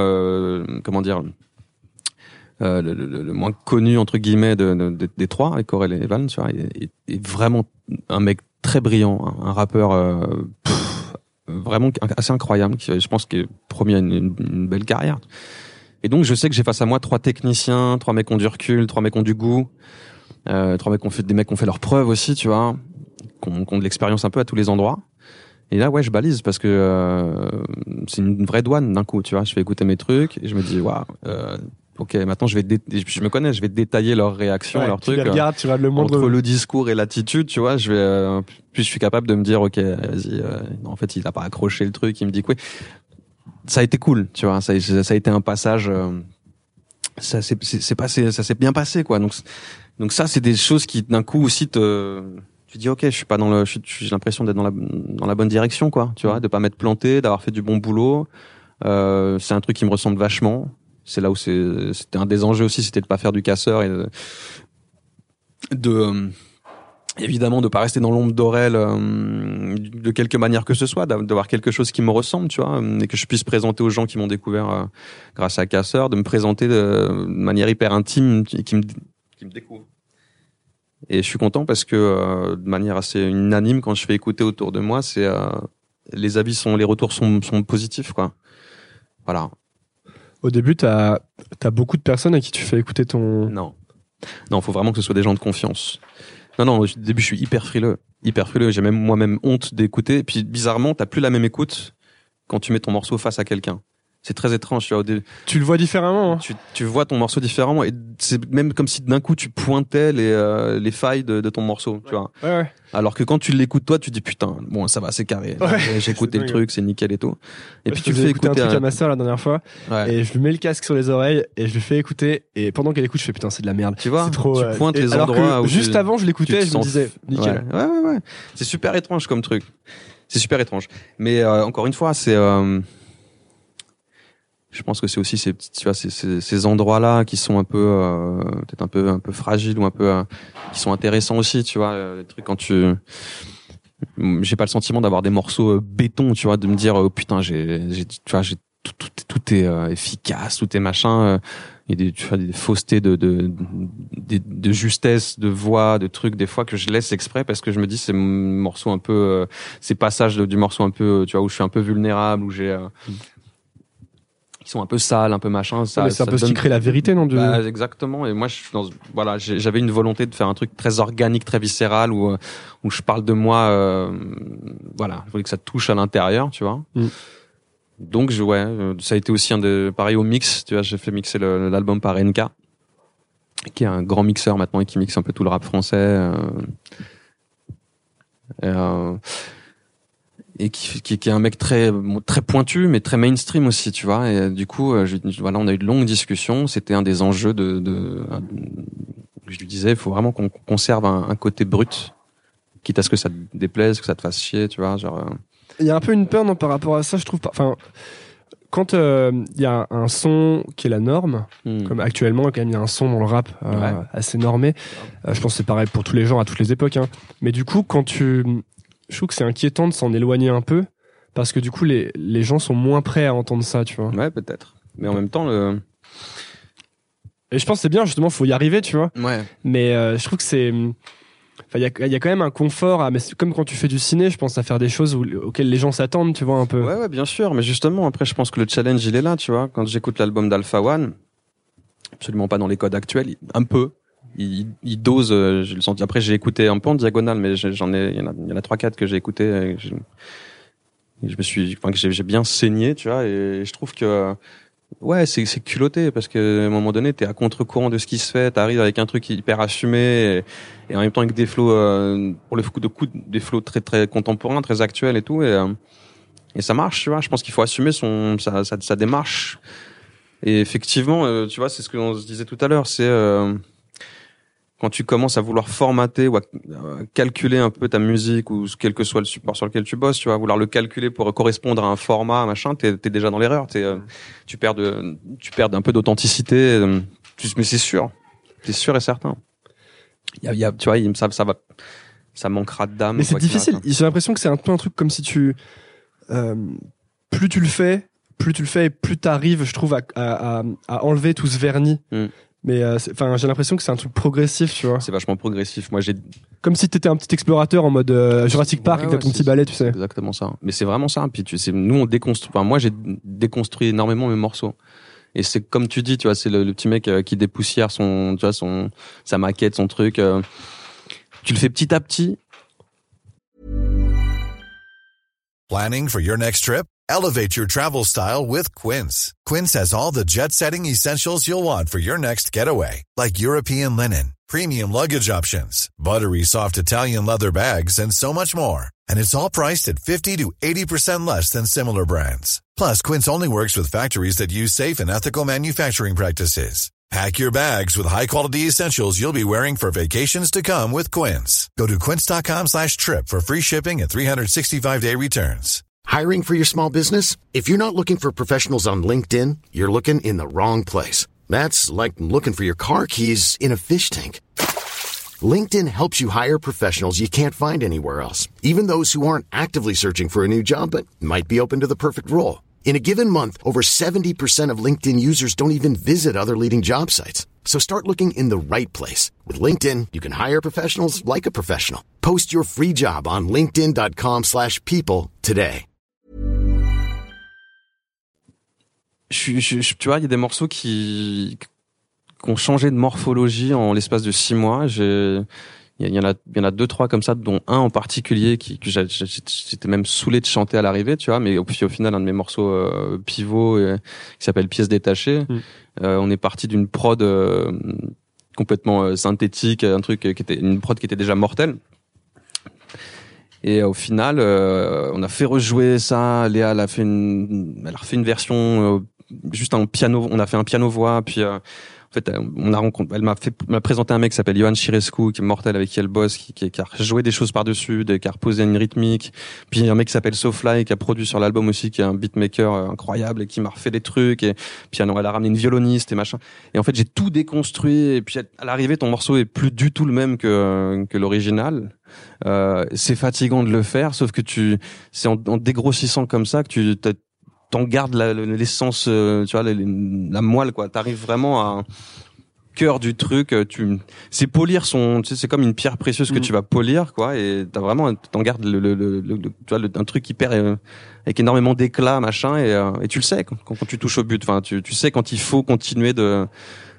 le moins connu entre guillemets des trois, avec Aurel et Val, tu vois, est vraiment un mec très brillant, un rappeur vraiment assez incroyable, qui je pense qu'il est promis à une belle carrière. Et donc, je sais que j'ai face à moi 3 techniciens, 3 mecs qui ont du recul, 3 mecs qui ont du goût, 3 mecs qui ont fait leurs preuves aussi, tu vois, qui ont de l'expérience un peu à tous les endroits. Et là, ouais, je balise parce que c'est une vraie douane d'un coup, tu vois. Je fais écouter mes trucs et je me dis, waouh, ok, maintenant je me connais, je vais détailler leurs réactions, leurs trucs. Tu vas le moindre... Entre le discours et l'attitude, tu vois, puis je suis capable de me dire, ok, vas-y, non, en fait, il a pas accroché le truc, il me dit que oui. Ça a été cool, tu vois, ça a été un passage, ça s'est bien passé, quoi. Donc ça, c'est des choses qui, d'un coup, aussi tu dis, ok, je suis pas j'ai l'impression d'être dans la bonne direction, quoi, tu vois, de pas m'être planté, d'avoir fait du bon boulot. C'est un truc qui me ressemble vachement. C'est là où c'était un des enjeux aussi, c'était de pas faire du casseur et évidemment de pas rester dans l'ombre d'Aurel de quelque manière que ce soit, d'avoir quelque chose qui me ressemble, tu vois, et que je puisse présenter aux gens qui m'ont découvert grâce à Casseur, de me présenter de manière hyper intime, qui me découvrent. Et je suis content parce que de manière assez unanime, quand je fais écouter autour de moi, c'est les retours sont positifs, quoi. Voilà. Au début, t'as beaucoup de personnes à qui tu fais écouter ton... Non, faut vraiment que ce soit des gens de confiance. Non, au début, je suis hyper frileux. J'ai même moi-même honte d'écouter. Et puis, bizarrement, t'as plus la même écoute quand tu mets ton morceau face à quelqu'un. C'est très étrange, tu vois. Tu le vois différemment, hein. Tu vois ton morceau différemment, et c'est même comme si d'un coup tu pointais les failles de ton morceau, tu vois. Ouais. Alors que quand tu l'écoutes toi, tu dis putain, bon, ça va, c'est carré. Ouais, j'ai écouté le truc, c'est nickel et tout. Et puis tu le fais écouter un truc à ma sœur la dernière fois, ouais. Et je lui mets le casque sur les oreilles et je lui fais écouter, et pendant qu'elle écoute, je fais putain, c'est de la merde. Tu vois, c'est trop, tu pointes les endroits où juste avant, je l'écoutais, et je me disais nickel. Ouais. C'est super étrange comme truc. C'est super étrange. Mais encore une fois, c'est je pense que c'est aussi ces endroits-là qui sont un peu peut-être un peu fragiles ou un peu qui sont intéressants aussi, tu vois, les trucs quand j'ai pas le sentiment d'avoir des morceaux béton, tu vois, de me dire oh putain, tout est efficace, tout est machin, il y a des faussetés de justesse de voix, de trucs des fois que je laisse exprès parce que je me dis ces morceaux un peu ces passages du morceau un peu, tu vois, où je suis un peu vulnérable, où j'ai qui sont un peu sales, un peu machin. C'est un peu ce qui crée la vérité, non? Exactement. Et moi, j'avais une volonté de faire un truc très organique, très viscéral, où je parle de moi. Je voulais que ça touche à l'intérieur, tu vois. Donc, ça a été aussi pareil au mix. Tu vois, j'ai fait mixer l'album par NK, qui est un grand mixeur maintenant et qui mixe un peu tout le rap français. Et qui est un mec très pointu mais très mainstream aussi, tu vois. Et du coup on a eu de longues discussions. C'était un des enjeux je lui disais il faut vraiment qu'on conserve un côté brut, quitte à ce que ça te déplaise, que ça te fasse chier, tu vois, genre il y a un peu une peur, non, par rapport à ça, je trouve pas. Enfin, quand il y a un son qui est la norme, comme actuellement, quand même il y a un son dans le rap assez normé. Je pense que c'est pareil pour tous les genres à toutes les époques. Hein. Mais du coup, je trouve que c'est inquiétant de s'en éloigner un peu parce que du coup, les gens sont moins prêts à entendre ça, tu vois. Ouais, peut-être. Mais en même temps, et je pense que c'est bien, justement, faut y arriver, tu vois. Ouais. Mais je trouve que c'est... Enfin, il y a quand même un confort mais c'est comme quand tu fais du ciné, je pense à faire des choses auxquelles les gens s'attendent, tu vois, un peu. Ouais, bien sûr. Mais justement, après, je pense que le challenge, il est là, tu vois. Quand j'écoute l'album d'Alpha One, absolument pas dans les codes actuels, un peu. Il dose, j'ai le senti. Après, j'ai écouté un peu en diagonale, mais il y en a 3-4 que j'ai écouté. Que j'ai bien saigné, tu vois, et je trouve que, ouais, c'est culotté parce que à un moment donné, t'es à contre-courant de ce qui se fait, t'arrives avec un truc hyper assumé et en même temps avec des flows, pour le coup, des flows très, très contemporains, très actuels et tout, et ça marche, tu vois. Je pense qu'il faut assumer sa démarche. Et effectivement, tu vois, c'est ce que on se disait tout à l'heure, c'est, quand tu commences à vouloir formater ou à calculer un peu ta musique ou quel que soit le support sur lequel tu bosses, tu vas vouloir le calculer pour correspondre à un format, machin, t'es déjà dans l'erreur, tu perds un peu d'authenticité, mais c'est sûr et certain. Tu vois, ça manquera d'âme. Mais c'est difficile. J'ai l'impression que c'est un peu un truc comme si plus tu le fais et plus t'arrives, je trouve, à enlever tout ce vernis. Mais j'ai l'impression que c'est un truc progressif, tu vois. C'est vachement progressif. Moi, comme si t'étais un petit explorateur en mode Jurassic Park avec ton petit balai, tu sais. C'est exactement ça. Mais c'est vraiment ça. Puis nous on déconstruit. Enfin, moi j'ai déconstruit énormément mes morceaux. Et c'est comme tu dis, tu vois, c'est le petit mec qui dépoussière sa maquette, son truc. Tu le fais petit à petit. Planning for your next trip? Elevate your travel style with Quince. Quince has all the jet-setting essentials you'll want for your next getaway, like European linen, premium luggage options, buttery soft Italian leather bags, and so much more. And it's all priced at 50 to 80% less than similar brands. Plus, Quince only works with factories that use safe and ethical manufacturing practices. Pack your bags with high-quality essentials you'll be wearing for vacations to come with Quince. Go to quince.com/trip for free shipping and 365-day returns. Hiring for your small business? If you're not looking for professionals on LinkedIn, you're looking in the wrong place. That's like looking for your car keys in a fish tank. LinkedIn helps you hire professionals you can't find anywhere else, even those who aren't actively searching for a new job but might be open to the perfect role. In a given month, over 70% of LinkedIn users don't even visit other leading job sites. So start looking in the right place. With LinkedIn, you can hire professionals like a professional. Post your free job on linkedin.com/people today. Tu vois, il y a des morceaux qui ont changé de morphologie en l'espace de 6 mois. Il y en a 2-3 comme ça, dont un en particulier que j'étais même saoulé de chanter à l'arrivée, tu vois, mais au final un de mes morceaux pivot qui s'appelle Pièces détachées. On est parti d'une prod complètement synthétique, un truc qui était une prod qui était déjà mortelle. Et au final, on a fait rejouer ça. Léa, elle a refait une version juste un piano. On a fait un piano voix, puis en fait, elle m'a présenté un mec qui s'appelle Johan Chirescu, qui est mortel, avec qui elle bosse, qui a joué des choses par-dessus, qui a reposé une rythmique. Puis il y a un mec qui s'appelle Sofly, qui a produit sur l'album aussi, qui est un beatmaker incroyable et qui m'a refait des trucs. Et puis elle a ramené une violoniste et machin. Et en fait, j'ai tout déconstruit. Et puis à l'arrivée, ton morceau est plus du tout le même que l'original. C'est fatigant de le faire, sauf que c'est en dégrossissant comme ça que t'en gardes l'essence, tu vois, la moelle, quoi. T'arrives vraiment à un cœur du truc. C'est polir tu sais, c'est comme une pierre précieuse que tu vas polir, quoi. Et t'en gardes tu vois, un truc hyper avec énormément d'éclat, machin. Et tu le sais quand tu touches au but. Enfin, tu sais quand il faut continuer de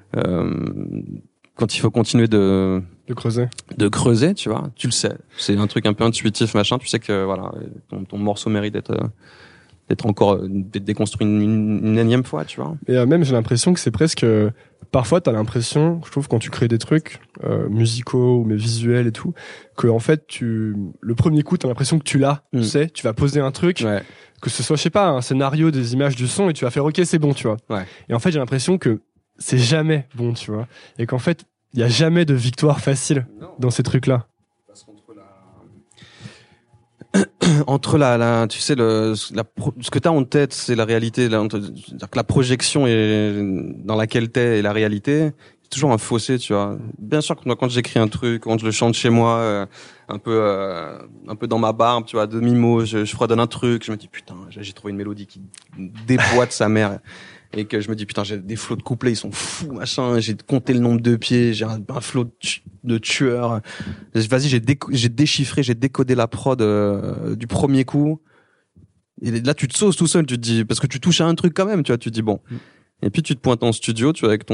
creuser, tu vois. Tu le sais. C'est un truc un peu intuitif, machin. Tu sais que voilà, ton morceau mérite d'être encore déconstruit une énième fois, tu vois. Et même j'ai l'impression que c'est presque parfois t'as l'impression, je trouve, quand tu crées des trucs musicaux mais visuels et tout, que en fait le premier coup t'as l'impression que tu l'as, tu sais, tu vas poser un truc, que ce soit, je sais pas, un scénario, des images, du son, et tu vas faire ok, c'est bon, tu vois. Et en fait j'ai l'impression que c'est jamais bon, tu vois, et qu'en fait il y a jamais de victoire facile dans ces trucs là. entre tu sais ce que t'as en tête, c'est la réalité, c'est-à-dire que la projection est dans laquelle t'es et la réalité, c'est toujours un fossé, tu vois. Bien sûr que moi, quand j'écris un truc, quand je le chante chez moi, un peu dans ma barbe, tu vois, demi-mot, je fredonne un truc, je me dis putain, j'ai trouvé une mélodie qui déboîte sa mère. Et que je me dis putain, j'ai des flots de couplets, ils sont fous, machin, j'ai compté le nombre de pieds, j'ai un flot de tueurs. Vas-y, j'ai déchiffré, j'ai décodé la prod du premier coup. Et là tu te sauces tout seul, tu te dis, parce que tu touches à un truc quand même, tu vois, tu te dis bon. Et puis tu te pointes en studio, tu vois, avec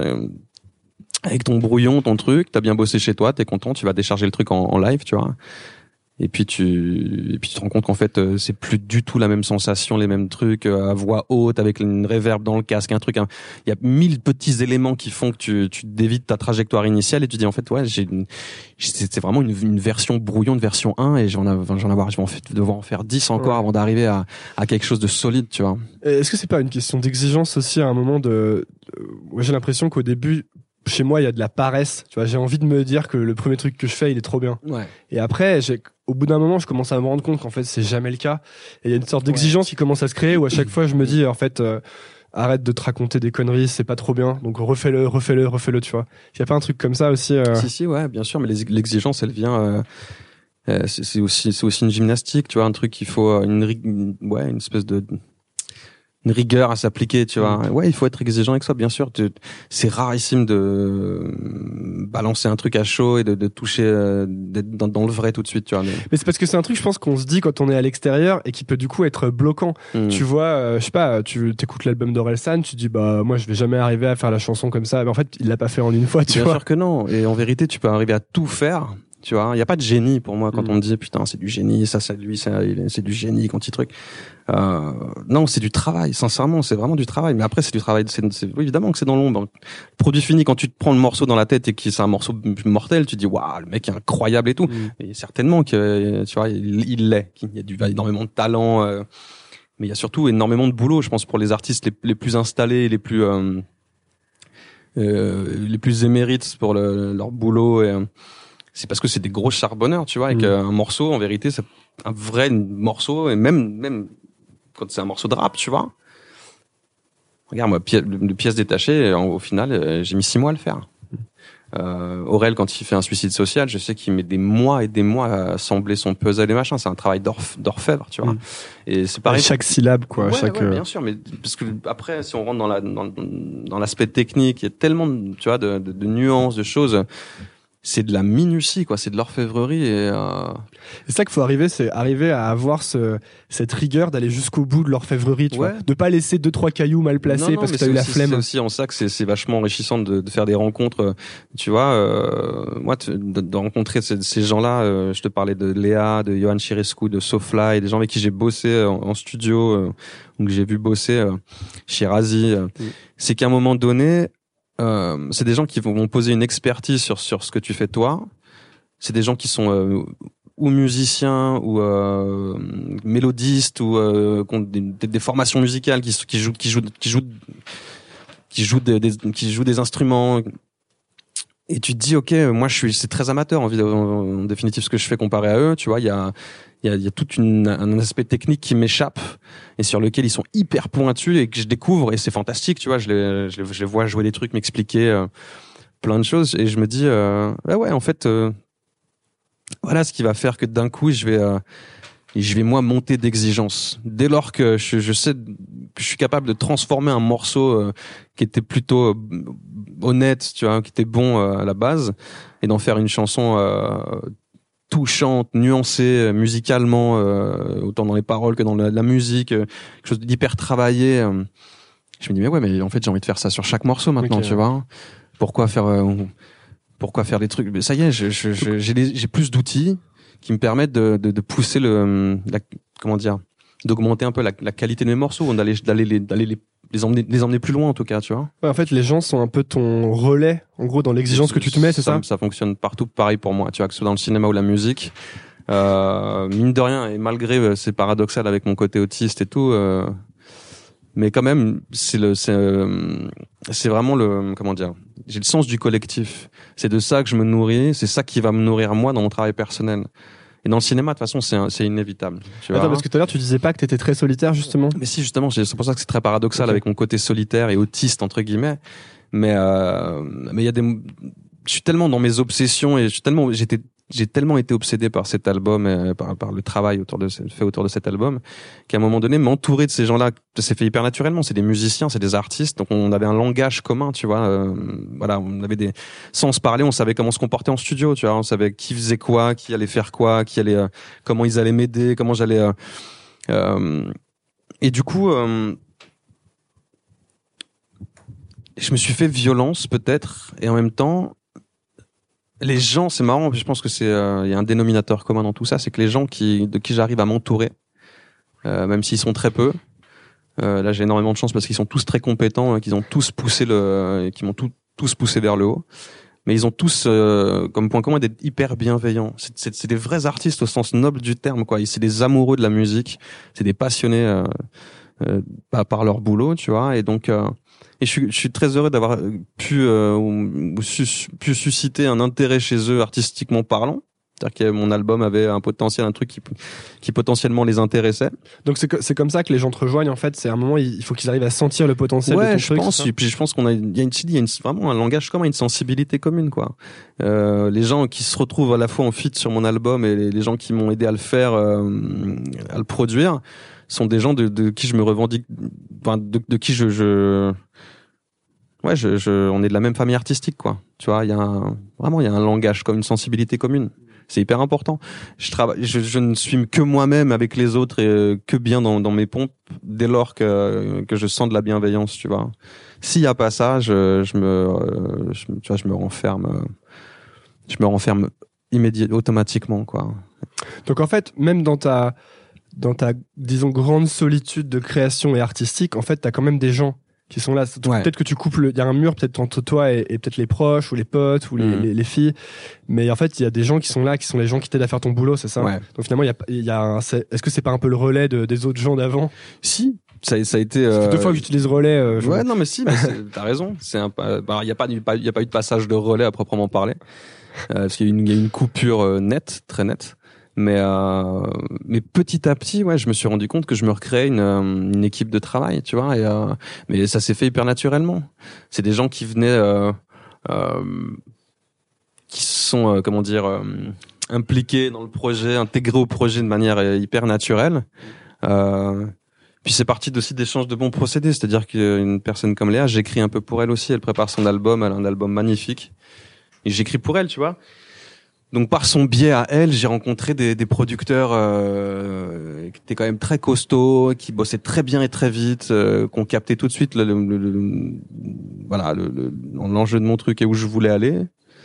ton brouillon, ton truc, t'as bien bossé chez toi, t'es content, tu vas décharger le truc en live, tu vois. Et puis tu te rends compte qu'en fait c'est plus du tout la même sensation, les mêmes trucs à voix haute avec une reverb dans le casque, un truc. Il y a 1000 petits éléments qui font que tu dévites ta trajectoire initiale et tu dis en fait ouais c'est vraiment une version brouillon de version 1 et je vais devoir en faire 10 encore avant d'arriver à quelque chose de solide, tu vois. Est-ce que c'est pas une question d'exigence aussi à un moment j'ai l'impression qu'au début chez moi, il y a de la paresse. Tu vois, j'ai envie de me dire que le premier truc que je fais, il est trop bien. Ouais. Et après, au bout d'un moment, je commence à me rendre compte qu'en fait, c'est jamais le cas. Et il y a une sorte d'exigence qui commence à se créer où à chaque fois, je me dis, en fait, arrête de te raconter des conneries, c'est pas trop bien. Donc refais-le, tu vois. Il y a pas un truc comme ça aussi Si, ouais, bien sûr. Mais l'exigence, elle vient. C'est aussi une gymnastique, tu vois, un truc qu'il faut une espèce de une rigueur à s'appliquer, tu vois. Ouais, il faut être exigeant avec soi, bien sûr. C'est rarissime de balancer un truc à chaud et de toucher d'être dans le vrai tout de suite, tu vois. Mais c'est parce que c'est un truc, je pense, qu'on se dit quand on est à l'extérieur et qui peut du coup être bloquant. Tu vois, je sais pas, tu t'écoutes l'album d'Orelsan, tu dis bah moi je vais jamais arriver à faire la chanson comme ça. Mais en fait, il l'a pas fait en une fois, tu vois. Bien sûr que non. Et en vérité, tu peux arriver à tout faire. Tu vois, il y a pas de génie pour moi quand on me dit putain c'est du génie, ça lui c'est du génie quand il truc. Non, c'est du travail. Sincèrement, c'est vraiment du travail. Mais après c'est du travail. C'est évidemment que c'est dans l'ombre. Le produit fini quand tu te prends le morceau dans la tête et que c'est un morceau mortel, tu te dis waouh le mec est incroyable et tout. Et certainement que tu vois il l'est. Il y a énormément de talent. Mais il y a surtout énormément de boulot. Je pense pour les artistes les plus installés, les plus émérites pour leur boulot. C'est parce que c'est des gros charbonneurs, tu vois, et qu'un morceau, en vérité, c'est un vrai morceau, et même quand c'est un morceau de rap, tu vois. Regarde, moi, le pièce détachée, au final, j'ai mis 6 mois à le faire. Aurel, quand il fait un suicide social, je sais qu'il met des mois et des mois à assembler son puzzle et machin. C'est un travail d'orfèvre, tu vois. Et c'est pareil. Chaque syllabe, quoi. Ouais, bien sûr, mais parce que après, si on rentre dans l'aspect technique, il y a tellement, tu vois, de nuances, de choses. C'est de la minutie, quoi. C'est de l'orfèvrerie et c'est ça qu'il faut c'est arriver à avoir cette rigueur d'aller jusqu'au bout de l'orfèvrerie, tu vois. De pas laisser 2-3 cailloux mal placés parce que t'as eu la flemme. C'est aussi en ça que c'est vachement enrichissant de faire des rencontres, tu vois. Moi, de rencontrer ces gens-là, je te parlais de Léa, de Johan Chirescu, de Sofly, des gens avec qui j'ai bossé en studio, ou que j'ai vu bosser chez Razi. C'est qu'à un moment donné, c'est des gens qui vont poser une expertise sur ce que tu fais toi. C'est des gens qui sont ou musiciens ou mélodistes ou qui ont des formations musicales, qui jouent des instruments. Et tu te dis ok, moi c'est très amateur en définitive ce que je fais comparé à eux. Tu vois, il y a tout un aspect technique qui m'échappe et sur lequel ils sont hyper pointus et que je découvre et c'est fantastique, tu vois. Je les vois jouer des trucs, m'expliquer plein de choses et je me dis ouais en fait voilà ce qui va faire que d'un coup je vais moi monter d'exigence. Dès lors que je sais que je suis capable de transformer un morceau qui était plutôt honnête, tu vois, qui était bon à la base et d'en faire une chanson touchante, nuancée musicalement, autant dans les paroles que dans la musique, quelque chose d'hyper travaillé. Je me dis mais en fait j'ai envie de faire ça sur chaque morceut maintenant, tu vois. Pourquoi faire des trucs? Mais ça y est, j'ai plus d'outils qui me permettent de pousser d'augmenter un peu la qualité de mes morceaux, d'aller les emmener plus loin en tout cas, tu vois. Ouais, en fait, les gens sont un peu ton relais, en gros, dans l'exigence que tu te mets, c'est ça? Ça fonctionne partout pareil pour moi, tu vois, que ce soit dans le cinéma ou la musique. Mine de rien, et malgré c'est paradoxal avec mon côté autiste et tout, mais quand même, c'est vraiment j'ai le sens du collectif. C'est de ça que je me nourris, c'est ça qui va me nourrir moi dans mon travail personnel. Et dans le cinéma, de toute façon, c'est inévitable. Attends, parce que tout à l'heure, tu disais pas que t'étais très solitaire, justement. Mais si, justement, c'est pour ça que c'est très paradoxal avec mon côté solitaire et autiste, entre guillemets. Mais il y a je suis tellement dans mes obsessions et j'ai tellement été obsédé par cet album et par le travail fait autour de cet album qu'à un moment donné, m'entourer de ces gens-là, ça s'est fait hyper naturellement. C'est des musiciens, c'est des artistes, donc on avait un langage commun, tu vois. Voilà, on avait sans se parler, on savait comment se comporter en studio, tu vois. On savait qui faisait quoi, qui allait faire quoi, comment ils allaient m'aider, comment j'allais. Et du coup, je me suis fait violence peut-être, et en même temps. Les gens, c'est marrant, je pense que il y a un dénominateur commun dans tout ça, c'est que les gens de qui j'arrive à m'entourer, même s'ils sont très peu, là j'ai énormément de chance parce qu'ils sont tous très compétents, qu'ils ont tous poussé qu'ils m'ont tous poussé vers le haut, mais ils ont tous comme point commun d'être hyper bienveillants. C'est des vrais artistes au sens noble du terme, quoi. C'est des amoureux de la musique, c'est des passionnés par leur boulot, tu vois, et donc. Et je suis très heureux d'avoir pu susciter un intérêt chez eux artistiquement parlant. C'est-à-dire que mon album avait un potentiel, un truc qui potentiellement les intéressait. Donc c'est comme ça que les gens te rejoignent en fait. C'est à un moment il faut qu'ils arrivent à sentir le potentiel de ton truc. Ouais, je pense. Et puis je pense il y a vraiment un langage commun, une sensibilité commune, quoi. Les gens qui se retrouvent à la fois en feat sur mon album et les gens qui m'ont aidé à le faire, à le produire, sont des gens de qui je me revendique, enfin de qui on est de la même famille artistique, quoi. Tu vois, il y a un langage comme une sensibilité commune. C'est hyper important. Je ne suis que moi-même avec les autres et que bien dans mes pompes dès lors que je sens de la bienveillance, tu vois. S'il y a pas ça, je me renferme. Je me renferme automatiquement, quoi. Donc en fait, même dans ta disons grande solitude de création et artistique, en fait, t'as quand même des gens qui sont là. Ouais. Peut-être que tu coupes il y a un mur peut-être entre toi et peut-être les proches ou les potes ou les filles, mais en fait il y a des gens qui sont là, qui sont les gens qui t'aident à faire ton boulot, c'est ça. Ouais. Donc finalement est-ce que c'est pas un peu le relais des autres gens d'avant? Si. Ça a été. Deux fois que j'utilise relais. Ouais, non, mais si, mais t'as raison. Il y a pas eu de passage de relais à proprement parler, parce qu'il y a une coupure nette, très nette. Mais petit à petit, ouais, je me suis rendu compte que je me recréais une équipe de travail, tu vois. Mais ça s'est fait hyper naturellement. C'est des gens qui venaient, qui sont, impliqués dans le projet, intégrés au projet de manière hyper naturelle. Puis c'est parti aussi d'échanges de bons procédés, c'est-à-dire qu'une personne comme Léa, j'écris un peu pour elle aussi. Elle prépare son album, elle a un album magnifique, et j'écris pour elle, tu vois. Donc par son biais à elle, j'ai rencontré des producteurs qui étaient quand même très costauds, qui bossaient très bien et très vite, qui ont capté tout de suite l'enjeu de mon truc et où je voulais aller.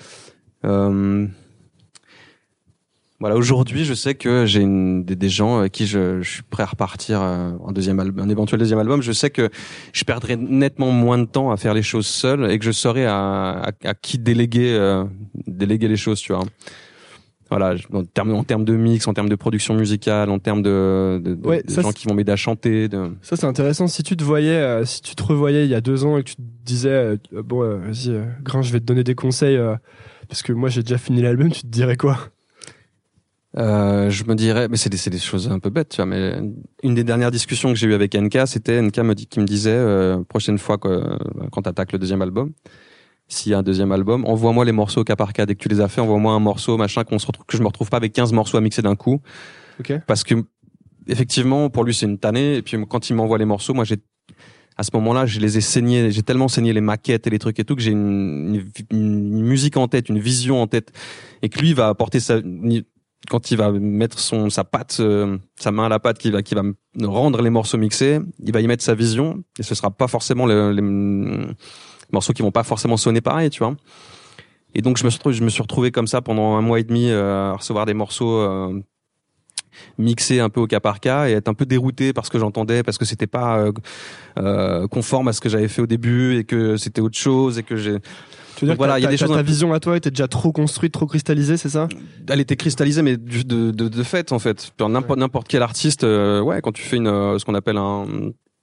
Voilà, aujourd'hui, je sais que j'ai des gens avec qui je suis prêt à repartir un éventuel deuxième album. Je sais que je perdrai nettement moins de temps à faire les choses seul et que je saurai à qui déléguer les choses, tu vois. Voilà, en termes de mix, en termes de production musicale, en termes de gens qui vont m'aider à chanter. Ça, c'est intéressant. Si tu te revoyais il y a 2 ans et que tu te disais, vas-y, Grain, je vais te donner des conseils, parce que moi, j'ai déjà fini l'album, tu te dirais quoi? Je me dirais, mais c'est des choses un peu bêtes, tu vois, mais une des dernières discussions que j'ai eues avec NK, c'était NK qui me disait, prochaine fois quand t'attaques le deuxième album, s'il y a un deuxième album, envoie-moi les morceaux au cas par cas. Dès que tu les as fait, envoie-moi un morceau, machin, que je me retrouve pas avec 15 morceaux à mixer d'un coup. Okay. Parce que, effectivement, pour lui, c'est une tannée. Et puis, quand il m'envoie les morceaux, moi, à ce moment-là, je les ai saignés. J'ai tellement saigné les maquettes et les trucs et tout que j'ai une musique en tête, une vision en tête. Et que lui va apporter quand il va mettre sa patte, sa main à la patte, qui va me rendre les morceaux mixés, il va y mettre sa vision. Et ce sera pas forcément les morceaux qui vont pas forcément sonner pareil, tu vois. Et donc je me suis retrouvé comme ça pendant 1 mois et demi à recevoir des morceaux mixés un peu au cas par cas et être un peu dérouté parce que j'entendais, parce que c'était pas conforme à ce que j'avais fait au début et que c'était autre chose et que j'ai. Tu veux dire que ta vision à toi était déjà trop construite, trop cristallisée, c'est ça? Elle était cristallisée, mais de fait, en fait. N'importe quel artiste, quand tu fais ce qu'on appelle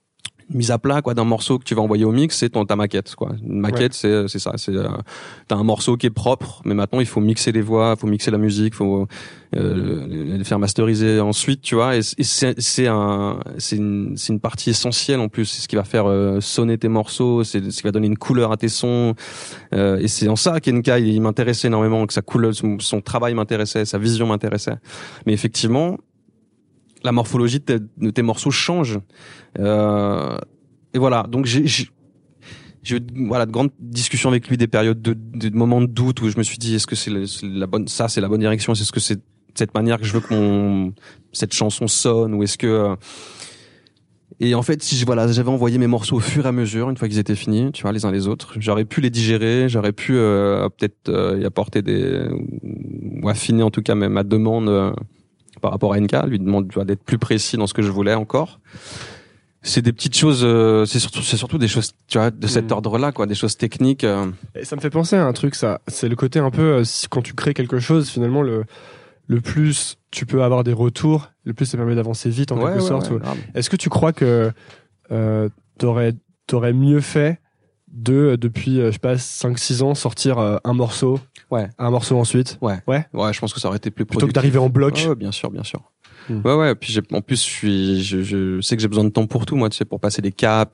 mise à plat quoi d'un morceau que tu vas envoyer au mix, c'est ta maquette quoi. Une maquette c'est ça, t'as un morceau qui est propre, mais maintenant il faut mixer les voix, faut mixer la musique, faut les faire masteriser ensuite, tu vois, et c'est une partie essentielle en plus, c'est ce qui va faire sonner tes morceaux, c'est ce qui va donner une couleur à tes sons, et c'est en ça qu'Enka il m'intéressait énormément, que sa couleur, son travail m'intéressait, sa vision m'intéressait. Mais effectivement, la morphologie de tes morceaux change. Et voilà. Donc j'ai eu de grandes discussions avec lui, des périodes de moments de doute où je me suis dit, est-ce que c'est la bonne direction? Est-ce que c'est cette manière que je veux que cette chanson sonne, ou est-ce que, et en fait, j'avais envoyé mes morceaux au fur et à mesure, une fois qu'ils étaient finis, tu vois, les uns les autres. J'aurais pu les digérer, j'aurais pu, peut-être, y apporter ou affiner en tout cas ma demande, par rapport à NK, lui demande d'être plus précis dans ce que je voulais encore. C'est des petites choses, c'est surtout des choses, tu vois, de cet ordre-là, quoi, des choses techniques. Et ça me fait penser à un truc, ça. C'est le côté un peu, quand tu crées quelque chose, finalement, le plus tu peux avoir des retours, le plus ça permet d'avancer vite, en quelque sorte. Est-ce que tu crois que t'aurais mieux fait depuis, je sais pas, 5-6 ans, sortir un morceau, un morceau ensuite? Ouais, je pense que ça aurait été plus productif. Plutôt que d'arriver en bloc. Ouais, bien sûr. Ouais. Puis en plus, je sais que j'ai besoin de temps pour tout, moi, tu sais, pour passer des caps,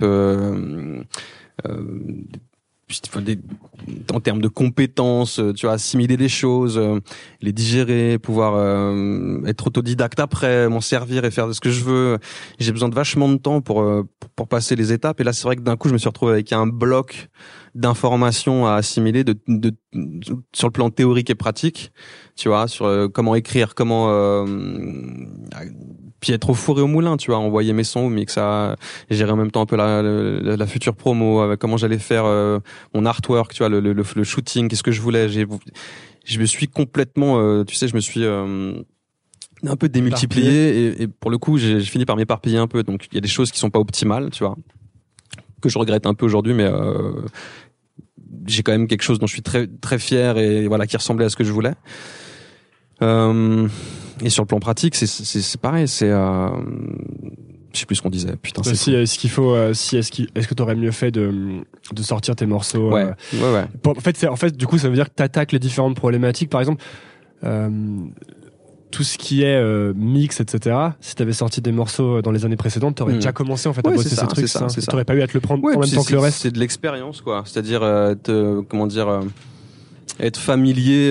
en termes de compétences, tu vois, assimiler des choses, les digérer, pouvoir être autodidacte après, m'en servir et faire ce que je veux. J'ai besoin de vachement de temps pour passer les étapes. Et là, c'est vrai que d'un coup, je me suis retrouvé avec un bloc d'informations à assimiler sur le plan théorique et pratique, tu vois, sur comment écrire, comment puis être au four et au moulin, tu vois, envoyer mes sons au mix, gérer en même temps un peu la future promo, avec comment j'allais faire mon artwork, tu vois, le shooting, qu'est-ce que je voulais. Je me suis complètement, tu sais, je me suis un peu démultiplié, et pour le coup, j'ai fini par m'éparpiller un peu. Donc il y a des choses qui sont pas optimales, tu vois, que je regrette un peu aujourd'hui, mais j'ai quand même quelque chose dont je suis très très fier, et voilà, qui ressemblait à ce que je voulais. Et sur le plan pratique, c'est pareil, je sais plus ce qu'on disait. Putain, c'est est-ce que t'aurais mieux fait de sortir tes morceaux? Ouais. En fait, du coup, ça veut dire que t'attaques les différentes problématiques. Par exemple, tout ce qui est mix, etc. Si t'avais sorti des morceaux dans les années précédentes, t'aurais déjà commencé en fait à bosser ces trucs. T'aurais pas eu à te le prendre en même temps que le reste. C'est de l'expérience, quoi. C'est-à-dire, être familier,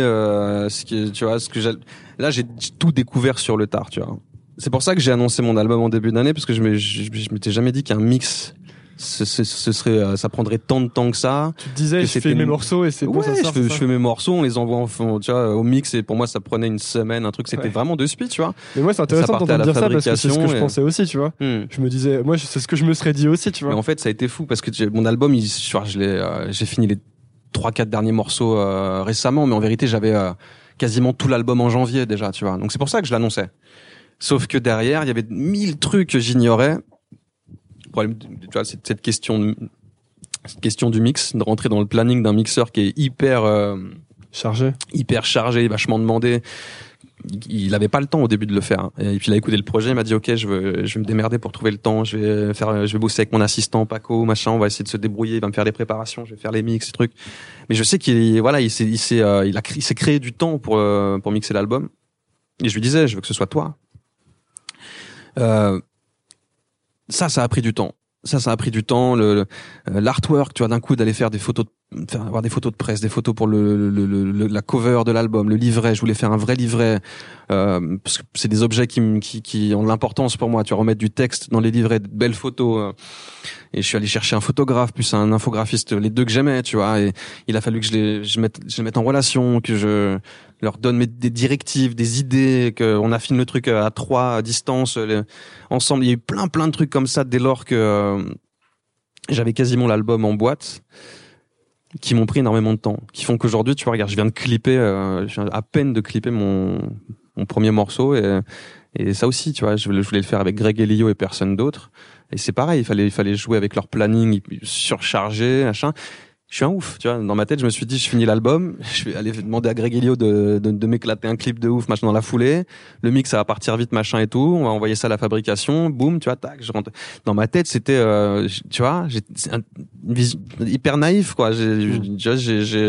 là, j'ai tout découvert sur le tard, tu vois. C'est pour ça que j'ai annoncé mon album en début d'année, parce que je m'étais jamais dit qu'un mix, ça prendrait tant de temps que ça. Tu te disais, je fais mes morceaux et c'est bon, ça sort. Je fais mes morceaux, on les envoie tu vois, au mix, et pour moi, ça prenait une semaine, un truc, c'était vraiment de suite, tu vois. Mais moi, c'est intéressant d'entendre dire ça, parce que c'est ce que je pensais aussi, tu vois. Je me disais, moi, c'est ce que je me serais dit aussi, tu vois. Mais en fait, ça a été fou, parce que mon album, j'ai fini les 3-4 derniers morceaux récemment, mais en vérité, j'avais quasiment tout l'album en janvier déjà, tu vois. Donc c'est pour ça que je l'annonçais. Sauf que derrière, il y avait 1000 trucs que j'ignorais. Le problème, tu vois, c'est cette question du mix, de rentrer dans le planning d'un mixeur qui est hyper chargé, vachement demandé. Il avait pas le temps au début de le faire. Et puis il a écouté le projet, il m'a dit OK, je vais me démerder pour trouver le temps, je vais bosser avec mon assistant Paco, machin, on va essayer de se débrouiller, il va me faire les préparations, je vais faire les mix, ces trucs. Mais je sais il s'est créé du temps pour mixer l'album. Et je lui disais, je veux que ce soit toi. Ça a pris du temps. Ça a pris du temps. L'artwork, tu vois, d'un coup d'aller faire avoir des photos de presse, des photos pour la cover de l'album, le livret. Je voulais faire un vrai livret, parce que c'est des objets qui ont de l'importance pour moi. Tu vas remettre du texte dans les livrets, de belles photos. Et je suis allé chercher un photographe plus un infographiste, les deux que j'aimais, tu vois. Et il a fallu que je les mette en relation, que je leur donne des directives, des idées, qu'on affine le truc à 3 à distance, ensemble. Il y a eu plein de trucs comme ça dès lors que j'avais quasiment l'album en boîte, qui m'ont pris énormément de temps, qui font qu'aujourd'hui, tu vois, regarde, je viens à peine de clipper mon premier morceau, et ça aussi, tu vois, je voulais le faire avec Greg Elio et personne d'autre. Et c'est pareil, il fallait jouer avec leur planning surchargé, machin. je suis un ouf, tu vois. Dans ma tête, je me suis dit, je finis l'album, je vais aller demander à Greg Elio de m'éclater un clip de ouf, machin, dans la foulée. Le mix, ça va partir vite, machin et tout. On va envoyer ça à la fabrication. Boum, tu vois, tac, je rentre. Dans ma tête, c'était, tu vois, c'est une vision hyper naïf, quoi. J'ai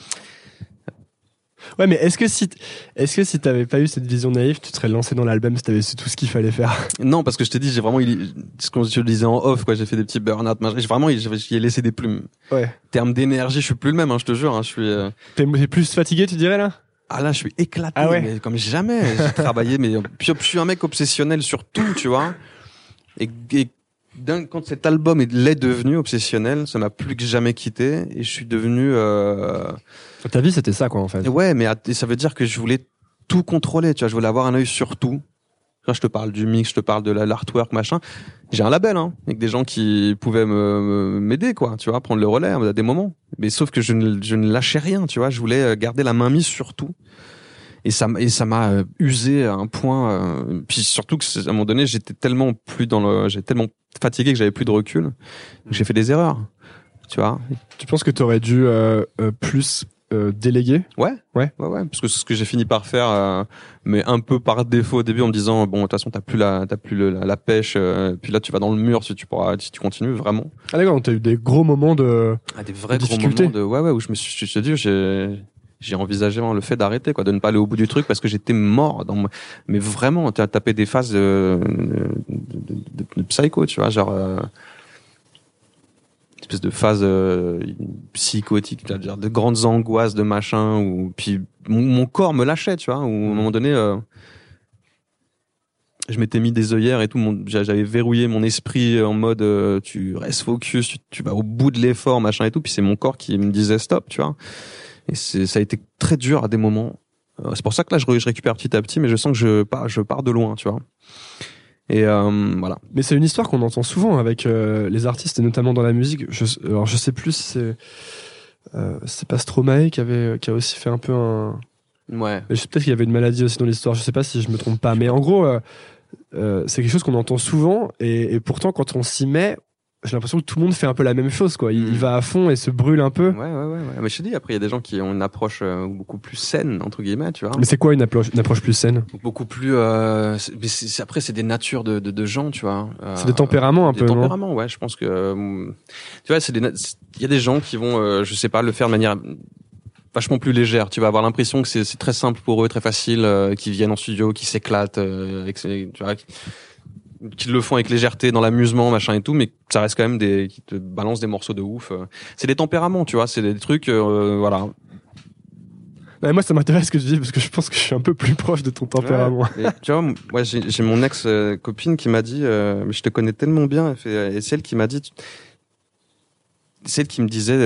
Ouais, mais est-ce que si t'avais pas eu cette vision naïve, tu te serais lancé dans l'album si t'avais su tout ce qu'il fallait faire? Non, parce que je t'ai dit, j'ai vraiment, ce qu'on je le disais en off, quoi, j'ai fait des petits burn-out, machin. J'y ai laissé des plumes. Ouais. En termes d'énergie, je suis plus le même, hein, je te jure, hein, je suis, T'es plus fatigué, tu dirais, là? Ah là, je suis éclaté, ah ouais. mais comme jamais. J'ai travaillé, mais je suis un mec obsessionnel sur tout, tu vois. Et quand cet album l'est devenu obsessionnel, ça m'a plus que jamais quitté, et je suis devenu, Ta vie, c'était ça, quoi, en fait. Ouais, mais ça veut dire que je voulais tout contrôler, tu vois, je voulais avoir un œil sur tout. Là, je te parle du mix, je te parle de l'artwork, machin. J'ai un label, hein, avec des gens qui pouvaient m'aider, quoi, tu vois, prendre le relais à des moments. Mais sauf que je ne lâchais rien, tu vois, je voulais garder la main mise sur tout. Et ça m'a usé à un point, puis surtout que à un moment donné, j'étais tellement fatigué que j'avais plus de recul, que j'ai fait des erreurs, tu vois. Tu penses que t'aurais dû plus déléguer? Ouais, parce que c'est ce que j'ai fini par faire, mais un peu par défaut au début, en me disant bon, de toute façon t'as plus la pêche, puis là tu vas dans le mur si tu continues vraiment. Ah d'accord, donc t'as eu des gros moments de des vrais gros moments de où je me suis dit j'ai envisagé vraiment le fait d'arrêter, quoi, de ne pas aller au bout du truc parce que j'étais mort mais vraiment t'as tapé des phases de psycho, tu vois, genre espèce de phase psychotique, c'est-à-dire de grandes angoisses, de machin, ou puis mon corps me lâchait, tu vois, ou à un moment donné je m'étais mis des œillères et tout, j'avais verrouillé mon esprit en mode tu restes focus, tu vas au bout de l'effort, machin et tout, puis c'est mon corps qui me disait stop, tu vois. Et ça a été très dur à des moments. C'est pour ça que là je récupère petit à petit, mais je sens que je pars de loin, tu vois. Et voilà. Mais c'est une histoire qu'on entend souvent avec les artistes et notamment dans la musique. Alors je sais plus si c'est pas Stromae qui a aussi fait un peu un. Ouais. Peut-être qu'il y avait une maladie aussi dans l'histoire. Je sais pas si je me trompe pas, mais en gros c'est quelque chose qu'on entend souvent et pourtant quand on s'y met, j'ai l'impression que tout le monde fait un peu la même chose, quoi. Il va à fond et se brûle un peu. Ouais. Mais je te dis, après, il y a des gens qui ont une approche beaucoup plus saine, entre guillemets, tu vois. Mais c'est quoi une approche plus saine? Beaucoup plus, après, c'est des natures de gens, tu vois. C'est des tempéraments un peu, non? Des tempéraments, ouais. Je pense que, tu vois, il y a des gens qui vont, je sais pas, le faire de manière vachement plus légère. Tu vas avoir l'impression que c'est très simple pour eux, très facile, qui viennent en studio, qui s'éclatent, tu vois, qui le font avec légèreté dans l'amusement, machin et tout, mais ça reste quand même qui te balancent des morceaux de ouf. C'est des tempéraments, tu vois, c'est des trucs, voilà. Ouais, moi, ça m'intéresse ce que tu dis parce que je pense que je suis un peu plus proche de ton tempérament. Ouais, tu vois, moi, j'ai mon ex copine qui m'a dit, mais je te connais tellement bien, et c'est elle qui m'a dit, c'est elle qui me disait,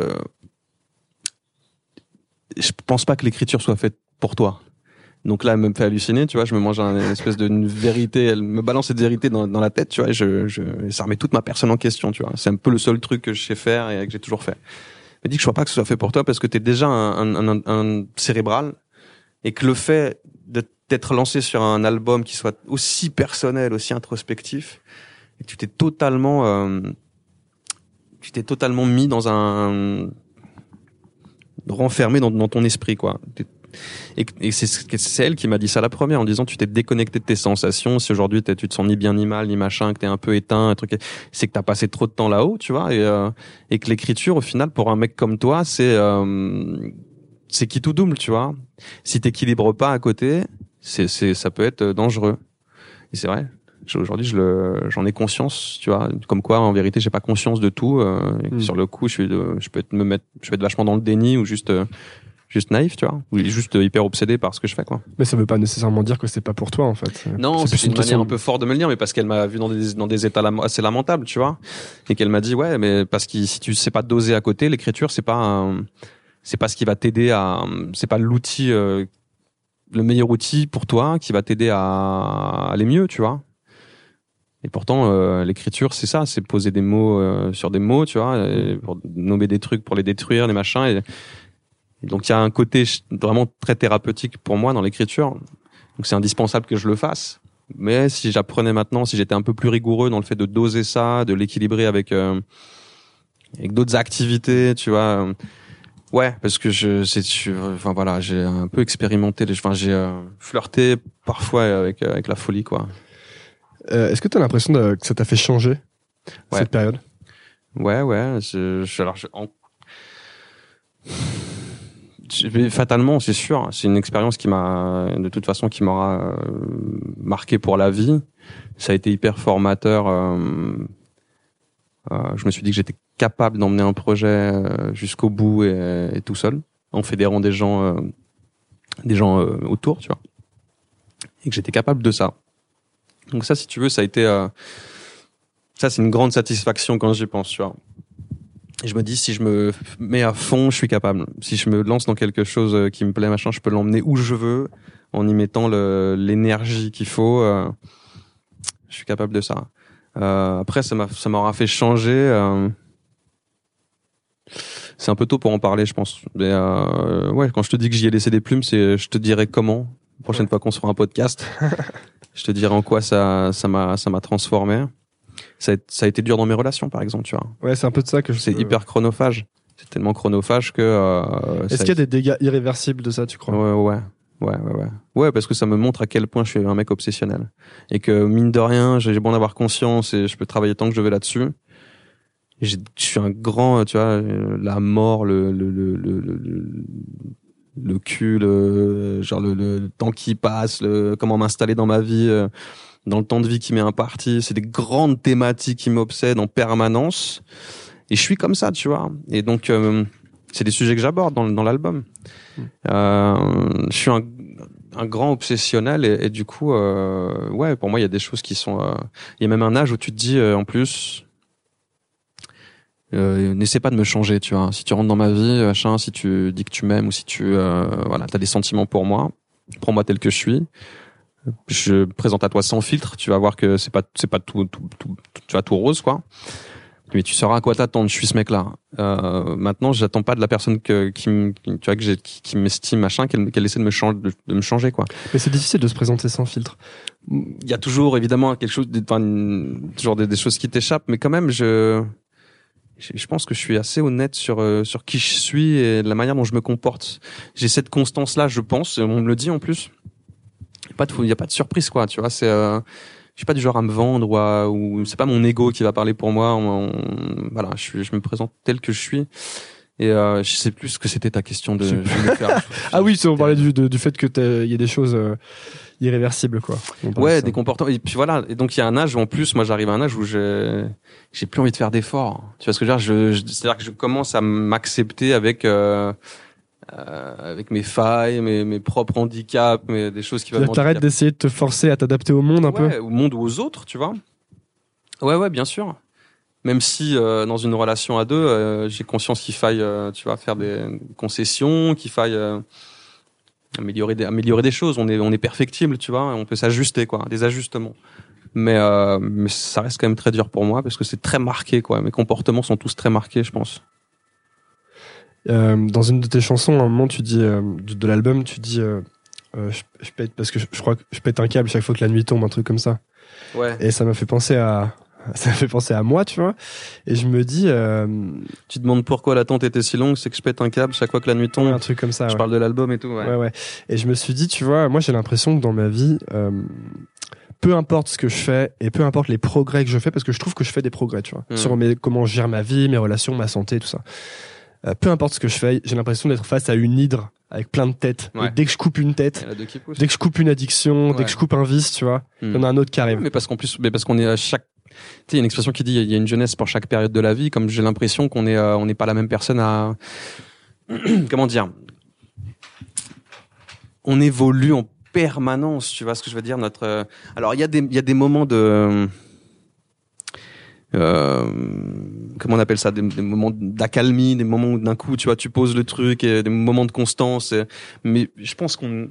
je pense pas que l'écriture soit faite pour toi. Donc là, elle me fait halluciner, tu vois, je me mange une espèce de vérité, elle me balance cette vérité dans la tête, tu vois, et ça remet toute ma personne en question, tu vois. C'est un peu le seul truc que je sais faire et que j'ai toujours fait. Elle me dit que je crois pas que ce soit fait pour toi parce que t'es déjà un cérébral et que le fait d'être lancé sur un album qui soit aussi personnel, aussi introspectif, et que tu t'es totalement mis dans renfermé dans ton esprit, quoi. Et c'est elle qui m'a dit ça la première, en disant tu t'es déconnecté de tes sensations. Si aujourd'hui tu te sens ni bien ni mal ni machin, que t'es un peu éteint, un truc, c'est que t'as passé trop de temps là-haut, tu vois, et que l'écriture au final pour un mec comme toi c'est qui tout double, tu vois. Si t'équilibres pas à côté, ça peut être dangereux. Et c'est vrai. Aujourd'hui j'en ai conscience, tu vois, comme quoi en vérité j'ai pas conscience de tout. Sur le coup je peux être vachement dans le déni ou juste naïf, tu vois, ou juste hyper obsédé par ce que je fais, quoi. Mais ça veut pas nécessairement dire que c'est pas pour toi, en fait. Non, c'est une manière un peu forte de me le dire, mais parce qu'elle m'a vu dans des états assez lamentables, tu vois, et qu'elle m'a dit ouais, mais parce que si tu sais pas doser à côté, l'écriture c'est pas ce qui va t'aider c'est pas l'outil, le meilleur outil pour toi qui va t'aider à aller mieux, tu vois. Et pourtant, l'écriture, c'est ça, c'est poser des mots sur des mots, tu vois, pour nommer des trucs, pour les détruire, les machins. Et donc il y a un côté vraiment très thérapeutique pour moi dans l'écriture. Donc c'est indispensable que je le fasse. Mais si j'apprenais maintenant, si j'étais un peu plus rigoureux dans le fait de doser ça, de l'équilibrer avec avec d'autres activités, tu vois. Ouais, parce que j'ai un peu expérimenté, j'ai flirté parfois avec la folie, quoi. Est-ce que t'as l'impression que ça t'a fait changer cette période? Ouais. Fatalement, c'est sûr. C'est une expérience qui m'aura marqué pour la vie. Ça a été hyper formateur. Je me suis dit que j'étais capable d'emmener un projet jusqu'au bout et tout seul, en fédérant des gens autour, tu vois, et que j'étais capable de ça. Donc ça, si tu veux, ça a été ça, c'est une grande satisfaction quand j'y pense, tu vois. Et je me dis, si je me mets à fond, je suis capable. Si je me lance dans quelque chose qui me plaît, machin, je peux l'emmener où je veux en y mettant l'énergie qu'il faut. Je suis capable de ça. Après, ça m'aura fait changer. C'est un peu tôt pour en parler, je pense. Mais quand je te dis que j'y ai laissé des plumes, je te dirai comment. La prochaine fois qu'on se fera un podcast, je te dirai en quoi ça m'a transformé. Ça a été dur dans mes relations, par exemple, tu vois. Ouais, c'est un peu de ça que c'est hyper chronophage. C'est tellement chronophage que. Est-ce qu'il y a des dégâts irréversibles de ça, tu crois? Ouais, parce que ça me montre à quel point je suis un mec obsessionnel et que mine de rien, j'ai bon d'avoir conscience et je peux travailler tant que je veux là-dessus. Je suis un grand, tu vois, la mort, le cul, le temps qui passe, comment m'installer dans ma vie, dans le temps de vie qui m'est imparti. C'est des grandes thématiques qui m'obsèdent en permanence. Et je suis comme ça, tu vois. Et donc, c'est des sujets que j'aborde dans l'album. Je suis un grand obsessionnel et du coup, pour moi, il y a des choses qui sont... Il y a même un âge où tu te dis, en plus... n'essaie pas de me changer, tu vois. Si tu rentres dans ma vie, machin, si tu dis que tu m'aimes ou si tu t'as des sentiments pour moi, prends-moi tel que je suis. Je présente à toi sans filtre, tu vas voir que c'est pas tout tu vois, tout rose, quoi. Mais tu sauras à quoi t'attendre, je suis ce mec-là. Maintenant, j'attends pas de la personne qui m'estime, machin, qu'elle essaie de me changer, quoi. Mais c'est difficile de se présenter sans filtre. Il y a toujours évidemment quelque chose, toujours des choses qui t'échappent, mais quand même je pense que je suis assez honnête sur qui je suis et la manière dont je me comporte. J'ai cette constance-là, je pense, et on me le dit en plus. Il y a pas de surprise, quoi, tu vois, je suis pas du genre à me vendre ou c'est pas mon ego qui va parler pour moi. Voilà, je me présente tel que je suis. Et je sais plus ce que c'était ta question de faire. Ah oui, on parlait du fait que il y a des choses irréversibles, quoi. Ouais, des comportements. Et puis voilà. Et donc il y a un âge où en plus, moi j'arrive à un âge où j'ai plus envie de faire d'efforts. Tu vois ce que je veux dire? C'est-à-dire que je commence à m'accepter avec mes failles, mes propres handicaps, des choses qui vont. T'arrêtes d'essayer de te forcer à t'adapter au monde un peu. Au monde ou aux autres, tu vois. Ouais, bien sûr. Même si dans une relation à deux, j'ai conscience qu'il faille, tu vois, faire des concessions, qu'il faille améliorer des choses. On est perfectible, tu vois. On peut s'ajuster, quoi, des ajustements. Mais ça reste quand même très dur pour moi parce que c'est très marqué, quoi. Mes comportements sont tous très marqués, je pense. Dans une de tes chansons, à un moment, tu dis de l'album, tu dis je pète parce que je crois que je pète un câble chaque fois que la nuit tombe, un truc comme ça. Ouais. Et ça m'a fait penser à moi, tu vois. Et je me dis tu te demandes pourquoi l'attente était si longue, c'est que je pète un câble chaque fois que la nuit tombe. Un truc comme ça. Je parle de l'album et tout. Ouais. Et je me suis dit, tu vois, moi j'ai l'impression que dans ma vie, peu importe ce que je fais et peu importe les progrès que je fais, parce que je trouve que je fais des progrès, tu vois, sur comment je gère ma vie, mes relations, ma santé, tout ça. Peu importe ce que je fais, j'ai l'impression d'être face à une hydre avec plein de têtes. Ouais. Et dès que je coupe une tête, dès que je coupe une addiction, dès que je coupe un vice, tu vois, il y en a un autre qui arrive. Mais parce qu'on est à chaque, tu sais, il y a une expression qui dit il y a une jeunesse pour chaque période de la vie. Comme j'ai l'impression qu'on n'est pas la même personne à, comment dire, on évolue en permanence, tu vois ce que je veux dire, alors il y a des moments de comment on appelle ça, des moments d'accalmie, des moments où d'un coup tu vois tu poses le truc, et des moments de constance, mais je pense qu'on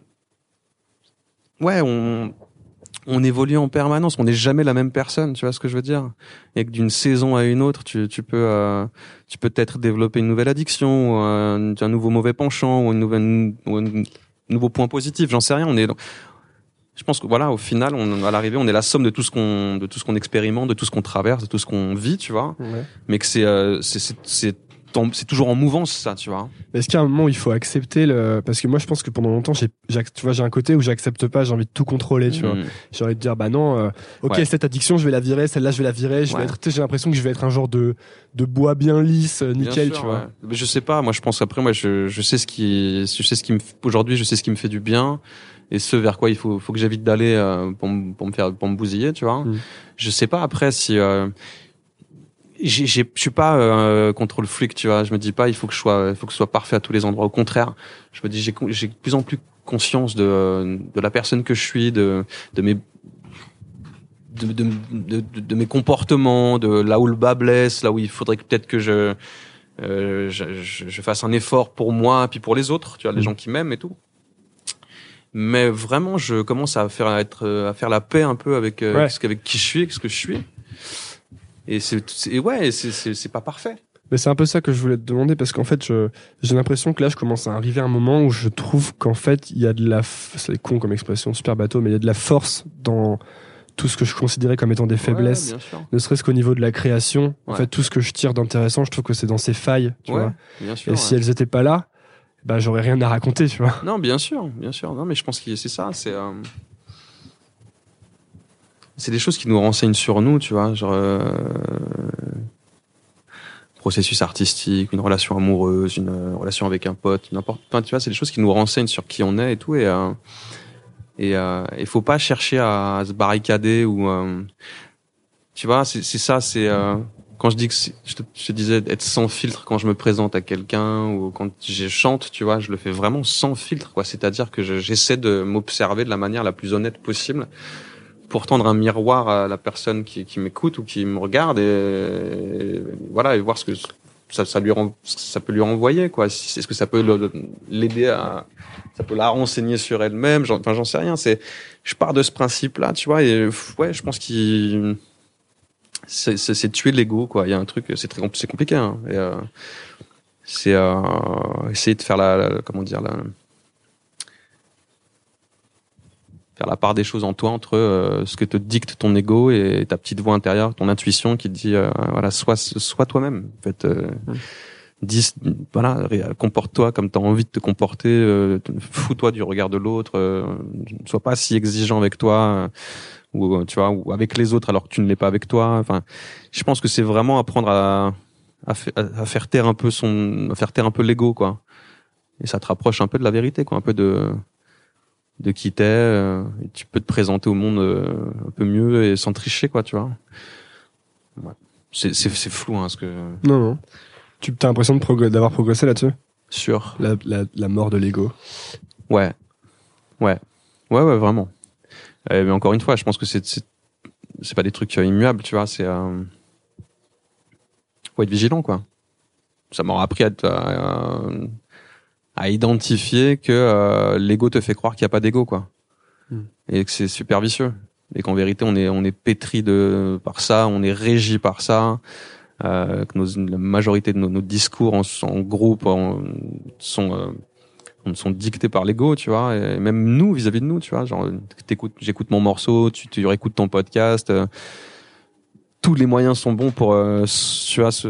évolue en permanence, on n'est jamais la même personne, tu vois ce que je veux dire, et que d'une saison à une autre tu peux peut-être développer une nouvelle addiction, ou un nouveau mauvais penchant, ou un nouveau point positif, j'en sais rien. Je pense que voilà, au final, à l'arrivée, on est la somme de tout ce qu'on expérimente, de tout ce qu'on traverse, de tout ce qu'on vit, tu vois. Ouais. Mais que c'est toujours en mouvance, ça, tu vois. Mais est-ce qu'à un moment où il faut accepter parce que moi je pense que pendant longtemps tu vois, j'ai un côté où j'accepte pas, j'ai envie de tout contrôler, tu vois. J'ai envie de dire bah non, ok, cette addiction je vais la virer, celle-là je vais la virer, j'ai l'impression que je vais être un genre de bois bien lisse, nickel, bien sûr, tu vois. Mais je sais pas, moi je pense après, moi je sais ce qui aujourd'hui je sais ce qui me fait du bien et ce vers quoi il faut que j'évite d'aller pour me bousiller, tu vois. Je sais pas après si je suis pas contre le flic, tu vois. Je me dis pas il faut que ce soit parfait à tous les endroits. Au contraire, je me dis j'ai de plus en plus conscience de la personne que je suis, de mes comportements, de là où le bas blesse, là où il faudrait peut-être que je fasse un effort pour moi puis pour les autres, tu vois, les gens qui m'aiment et tout. Mais vraiment, je commence à faire la paix un peu avec qui je suis, avec ce que je suis. Et c'est pas parfait. Mais c'est un peu ça que je voulais te demander, parce qu'en fait, j'ai l'impression que là, je commence à arriver à un moment où je trouve qu'en fait, il y a c'est con comme expression, super bateau, mais il y a de la force dans tout ce que je considérais comme étant des faiblesses, ne serait-ce qu'au niveau de la création. En fait, tout ce que je tire d'intéressant, je trouve que c'est dans ces failles, tu vois. Bien sûr, si elles étaient pas là, bah, j'aurais rien à raconter, tu vois. Non, bien sûr. Non, mais je pense que c'est ça, c'est des choses qui nous renseignent sur nous, tu vois, genre processus artistique, une relation amoureuse, une relation avec un pote, n'importe. Enfin, tu vois, c'est des choses qui nous renseignent sur qui on est et tout. Et il faut pas chercher à se barricader ou tu vois, c'est ça. C'est quand je dis que je te disais être sans filtre quand je me présente à quelqu'un ou quand je chante, tu vois, je le fais vraiment sans filtre, quoi. C'est-à-dire que j'essaie de m'observer de la manière la plus honnête possible, pour tendre un miroir à la personne qui m'écoute ou qui me regarde et voilà, et voir ce que ça peut lui renvoyer, quoi. Est-ce que ça peut l'aider ça peut la renseigner sur elle-même, j'en sais rien. Je pars de ce principe-là, tu vois, et je pense c'est tuer l'ego, quoi. Il y a un truc, c'est compliqué, hein. Et c'est essayer de faire faire la part des choses en toi entre ce que te dicte ton ego et ta petite voix intérieure, ton intuition qui te dit voilà, sois toi-même, en fait. Comporte-toi comme tu as envie de te comporter, fous-toi du regard de l'autre, ne sois pas si exigeant avec toi ou tu vois, ou avec les autres alors que tu ne l'es pas avec toi. Enfin, je pense que c'est vraiment apprendre à faire taire un peu l'ego, quoi. Et ça te rapproche un peu de la vérité, quoi, un peu de qui t'es, et tu peux te présenter au monde un peu mieux et sans tricher, quoi, tu vois. Ouais. C'est flou, hein, ce que. Non. Tu as l'impression d'avoir progressé là-dessus? Sur la mort de l'ego. Ouais, vraiment. Mais encore une fois, je pense que c'est pas des trucs immuables, tu vois. C'est faut être vigilant, quoi. Ça m'aura appris à identifier que l'ego te fait croire qu'il y a pas d'ego, quoi. Et que c'est super vicieux. Et qu'en vérité, on est pétri par ça, on est régi par ça. Que la majorité de nos discours en groupe sont dictés par l'ego, tu vois, et même nous, vis-à-vis de nous, tu vois, genre j'écoute mon morceau, tu réécoutes ton podcast, tous les moyens sont bons pour tu vois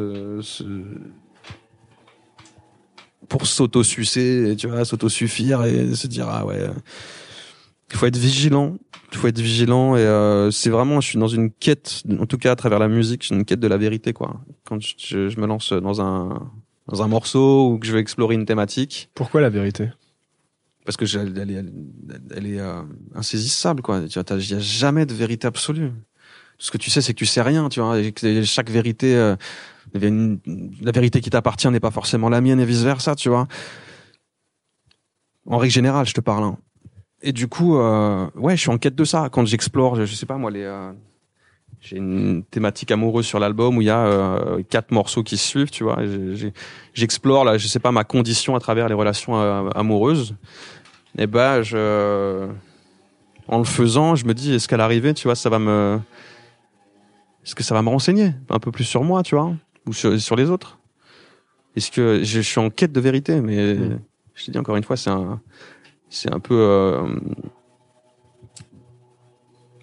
pour s'auto-sucer, tu vois, s'auto-suffire et se dire ah ouais, il faut être vigilant et c'est vraiment, je suis dans une quête, en tout cas à travers la musique, j'ai une quête de la vérité, quoi. Quand je me lance dans un morceau ou que je vais explorer une thématique. Pourquoi la vérité? Parce que elle est insaisissable, quoi. Tu vois, il y a jamais de vérité absolue. Tout ce que tu sais, c'est que tu sais rien, tu vois. Et que chaque vérité, la vérité qui t'appartient n'est pas forcément la mienne et vice versa, tu vois. En règle générale, je te parle, hein. Et du coup, je suis en quête de ça. Quand j'explore, je sais pas moi, j'ai une thématique amoureuse sur l'album où il y a 4 morceaux qui se suivent, tu vois. J'explore là, je sais pas, ma condition à travers les relations amoureuses. Et ben, en le faisant, je me dis, est-ce qu'à l'arrivée, tu vois, est-ce que ça va me renseigner un peu plus sur moi, tu vois, ou sur les autres? Est-ce que je suis en quête de vérité? Mais je te dis encore une fois, c'est un peu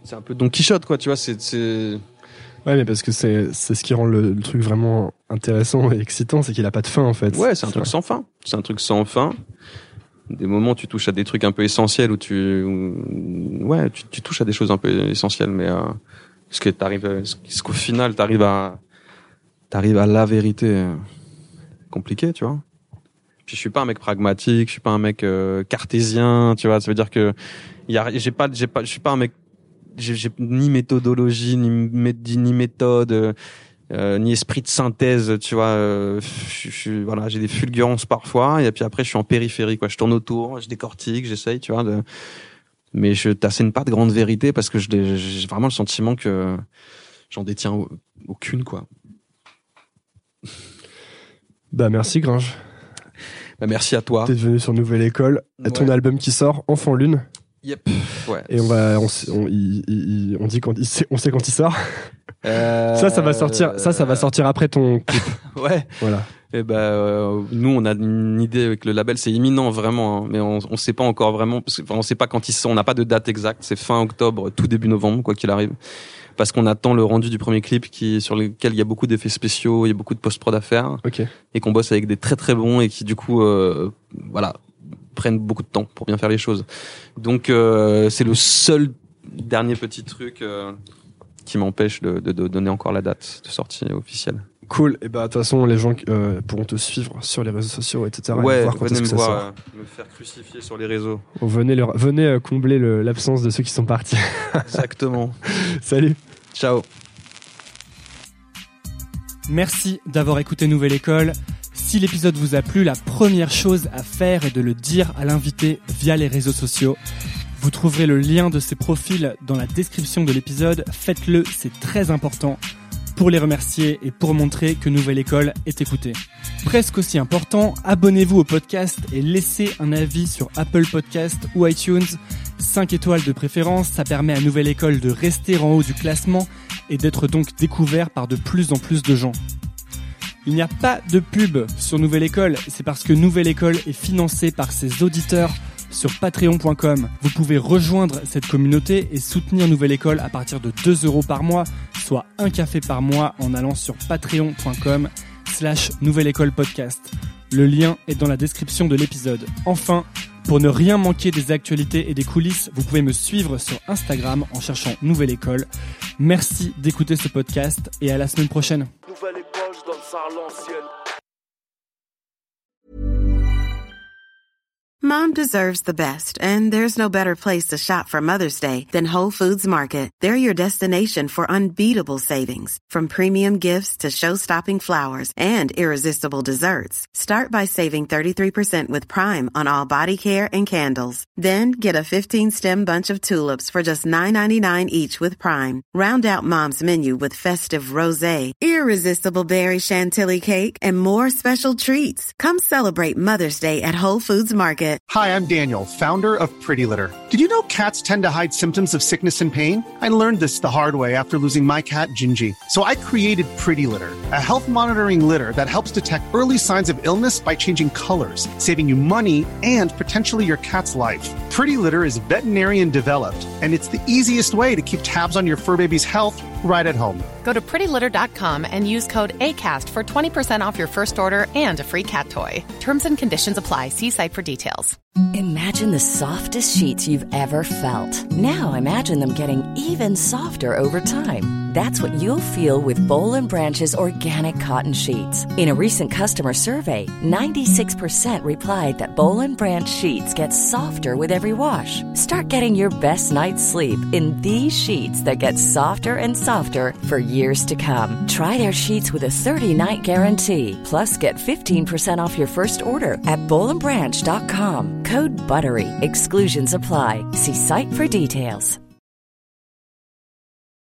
C'est un peu Don Quichotte, quoi, tu vois, c'est... Ouais, mais parce que c'est ce qui rend le truc vraiment intéressant et excitant, c'est qu'il a pas de fin, en fait. Ouais, c'est un truc sans fin. C'est un truc sans fin. Des moments où tu touches à des trucs un peu essentiels, où tu touches à des choses un peu essentielles, mais est-ce qu'au final t'arrives à la vérité compliquée, tu vois. Puis je suis pas un mec pragmatique, je suis pas un mec cartésien, tu vois. Ça veut dire que je suis pas un mec, j'ai ni méthodologie, ni méthode. Ni esprit de synthèse, tu vois. Voilà, j'ai des fulgurances parfois, et puis après je suis en périphérie, quoi. Je tourne autour, je décortique, j'essaye, tu vois. Mais je t'assène pas de grande vérité parce que j'ai vraiment le sentiment que j'en détiens aucune, quoi. Bah merci Gringe. Bah merci à toi. T'es venu sur Nouvelle École, ton album qui sort, Enfant Lune. Yep. Ouais. Et on sait quand il sort. Ça va sortir. Ça va sortir après ton clip. Ouais. Voilà. Et nous on a une idée avec le label, c'est imminent vraiment, hein, mais on sait pas encore vraiment parce qu'on sait pas quand il sort, on n'a pas de date exacte. C'est fin octobre, tout début novembre, quoi qu'il arrive. Parce qu'on attend le rendu du premier clip sur lequel il y a beaucoup d'effets spéciaux, il y a beaucoup de post-prod à faire. Okay. Et qu'on bosse avec des très très bons et qui du coup, prennent beaucoup de temps pour bien faire les choses. Donc c'est le seul dernier petit truc qui m'empêche de donner encore la date de sortie officielle. Cool. Et de toute façon, les gens pourront te suivre sur les réseaux sociaux, etc. Ouais, voir quand venez me voir, sort. me faire crucifier sur les réseaux. Venez combler l'absence de ceux qui sont partis. Exactement. Salut. Ciao. Merci d'avoir écouté Nouvelle École. Si l'épisode vous a plu, la première chose à faire est de le dire à l'invité via les réseaux sociaux. Vous trouverez le lien de ses profils dans la description de l'épisode. Faites-le, c'est très important pour les remercier et pour montrer que Nouvelle École est écoutée. Presque aussi important, abonnez-vous au podcast et laissez un avis sur Apple Podcast ou iTunes. 5 étoiles de préférence, ça permet à Nouvelle École de rester en haut du classement et d'être donc découvert par de plus en plus de gens. Il n'y a pas de pub sur Nouvelle École, c'est parce que Nouvelle École est financée par ses auditeurs sur patreon.com. Vous pouvez rejoindre cette communauté et soutenir Nouvelle École à partir de 2 € par mois, soit un café par mois en allant sur patreon.com/Nouvelle École Podcast. Le lien est dans la description de l'épisode. Enfin, pour ne rien manquer des actualités et des coulisses, vous pouvez me suivre sur Instagram en cherchant Nouvelle École. Merci d'écouter ce podcast et à la semaine prochaine. Nouvelle École, je donne ça à l'ancienne. Mom deserves the best, and there's no better place to shop for Mother's Day than Whole Foods Market. They're your destination for unbeatable savings, from premium gifts to show-stopping flowers and irresistible desserts. Start by saving 33% with Prime on all body care and candles. Then get a 15-stem bunch of tulips for just $9.99 each with Prime. Round out Mom's menu with festive rosé, irresistible berry chantilly cake, and more special treats. Come celebrate Mother's Day at Whole Foods Market. Hi, I'm Daniel, founder of Pretty Litter. Did you know cats tend to hide symptoms of sickness and pain? I learned this the hard way after losing my cat, Gingy. So I created Pretty Litter, a health monitoring litter that helps detect early signs of illness by changing colors, saving you money and potentially your cat's life. Pretty Litter is veterinarian developed, and it's the easiest way to keep tabs on your fur baby's health right at home. Go to prettylitter.com and use code ACAST for 20% off your first order and a free cat toy. Terms and conditions apply. See site for details. Imagine the softest sheets you've ever felt. Now imagine them getting even softer over time. That's what you'll feel with Boll & Branch's organic cotton sheets. In a recent customer survey, 96% replied that Boll & Branch sheets get softer with every wash. Start getting your best night's sleep in these sheets that get softer and softer for years to come. Try their sheets with a 30-night guarantee. Plus, get 15% off your first order at bollandbranch.com. Code BUTTERY. Exclusions apply. See site for details.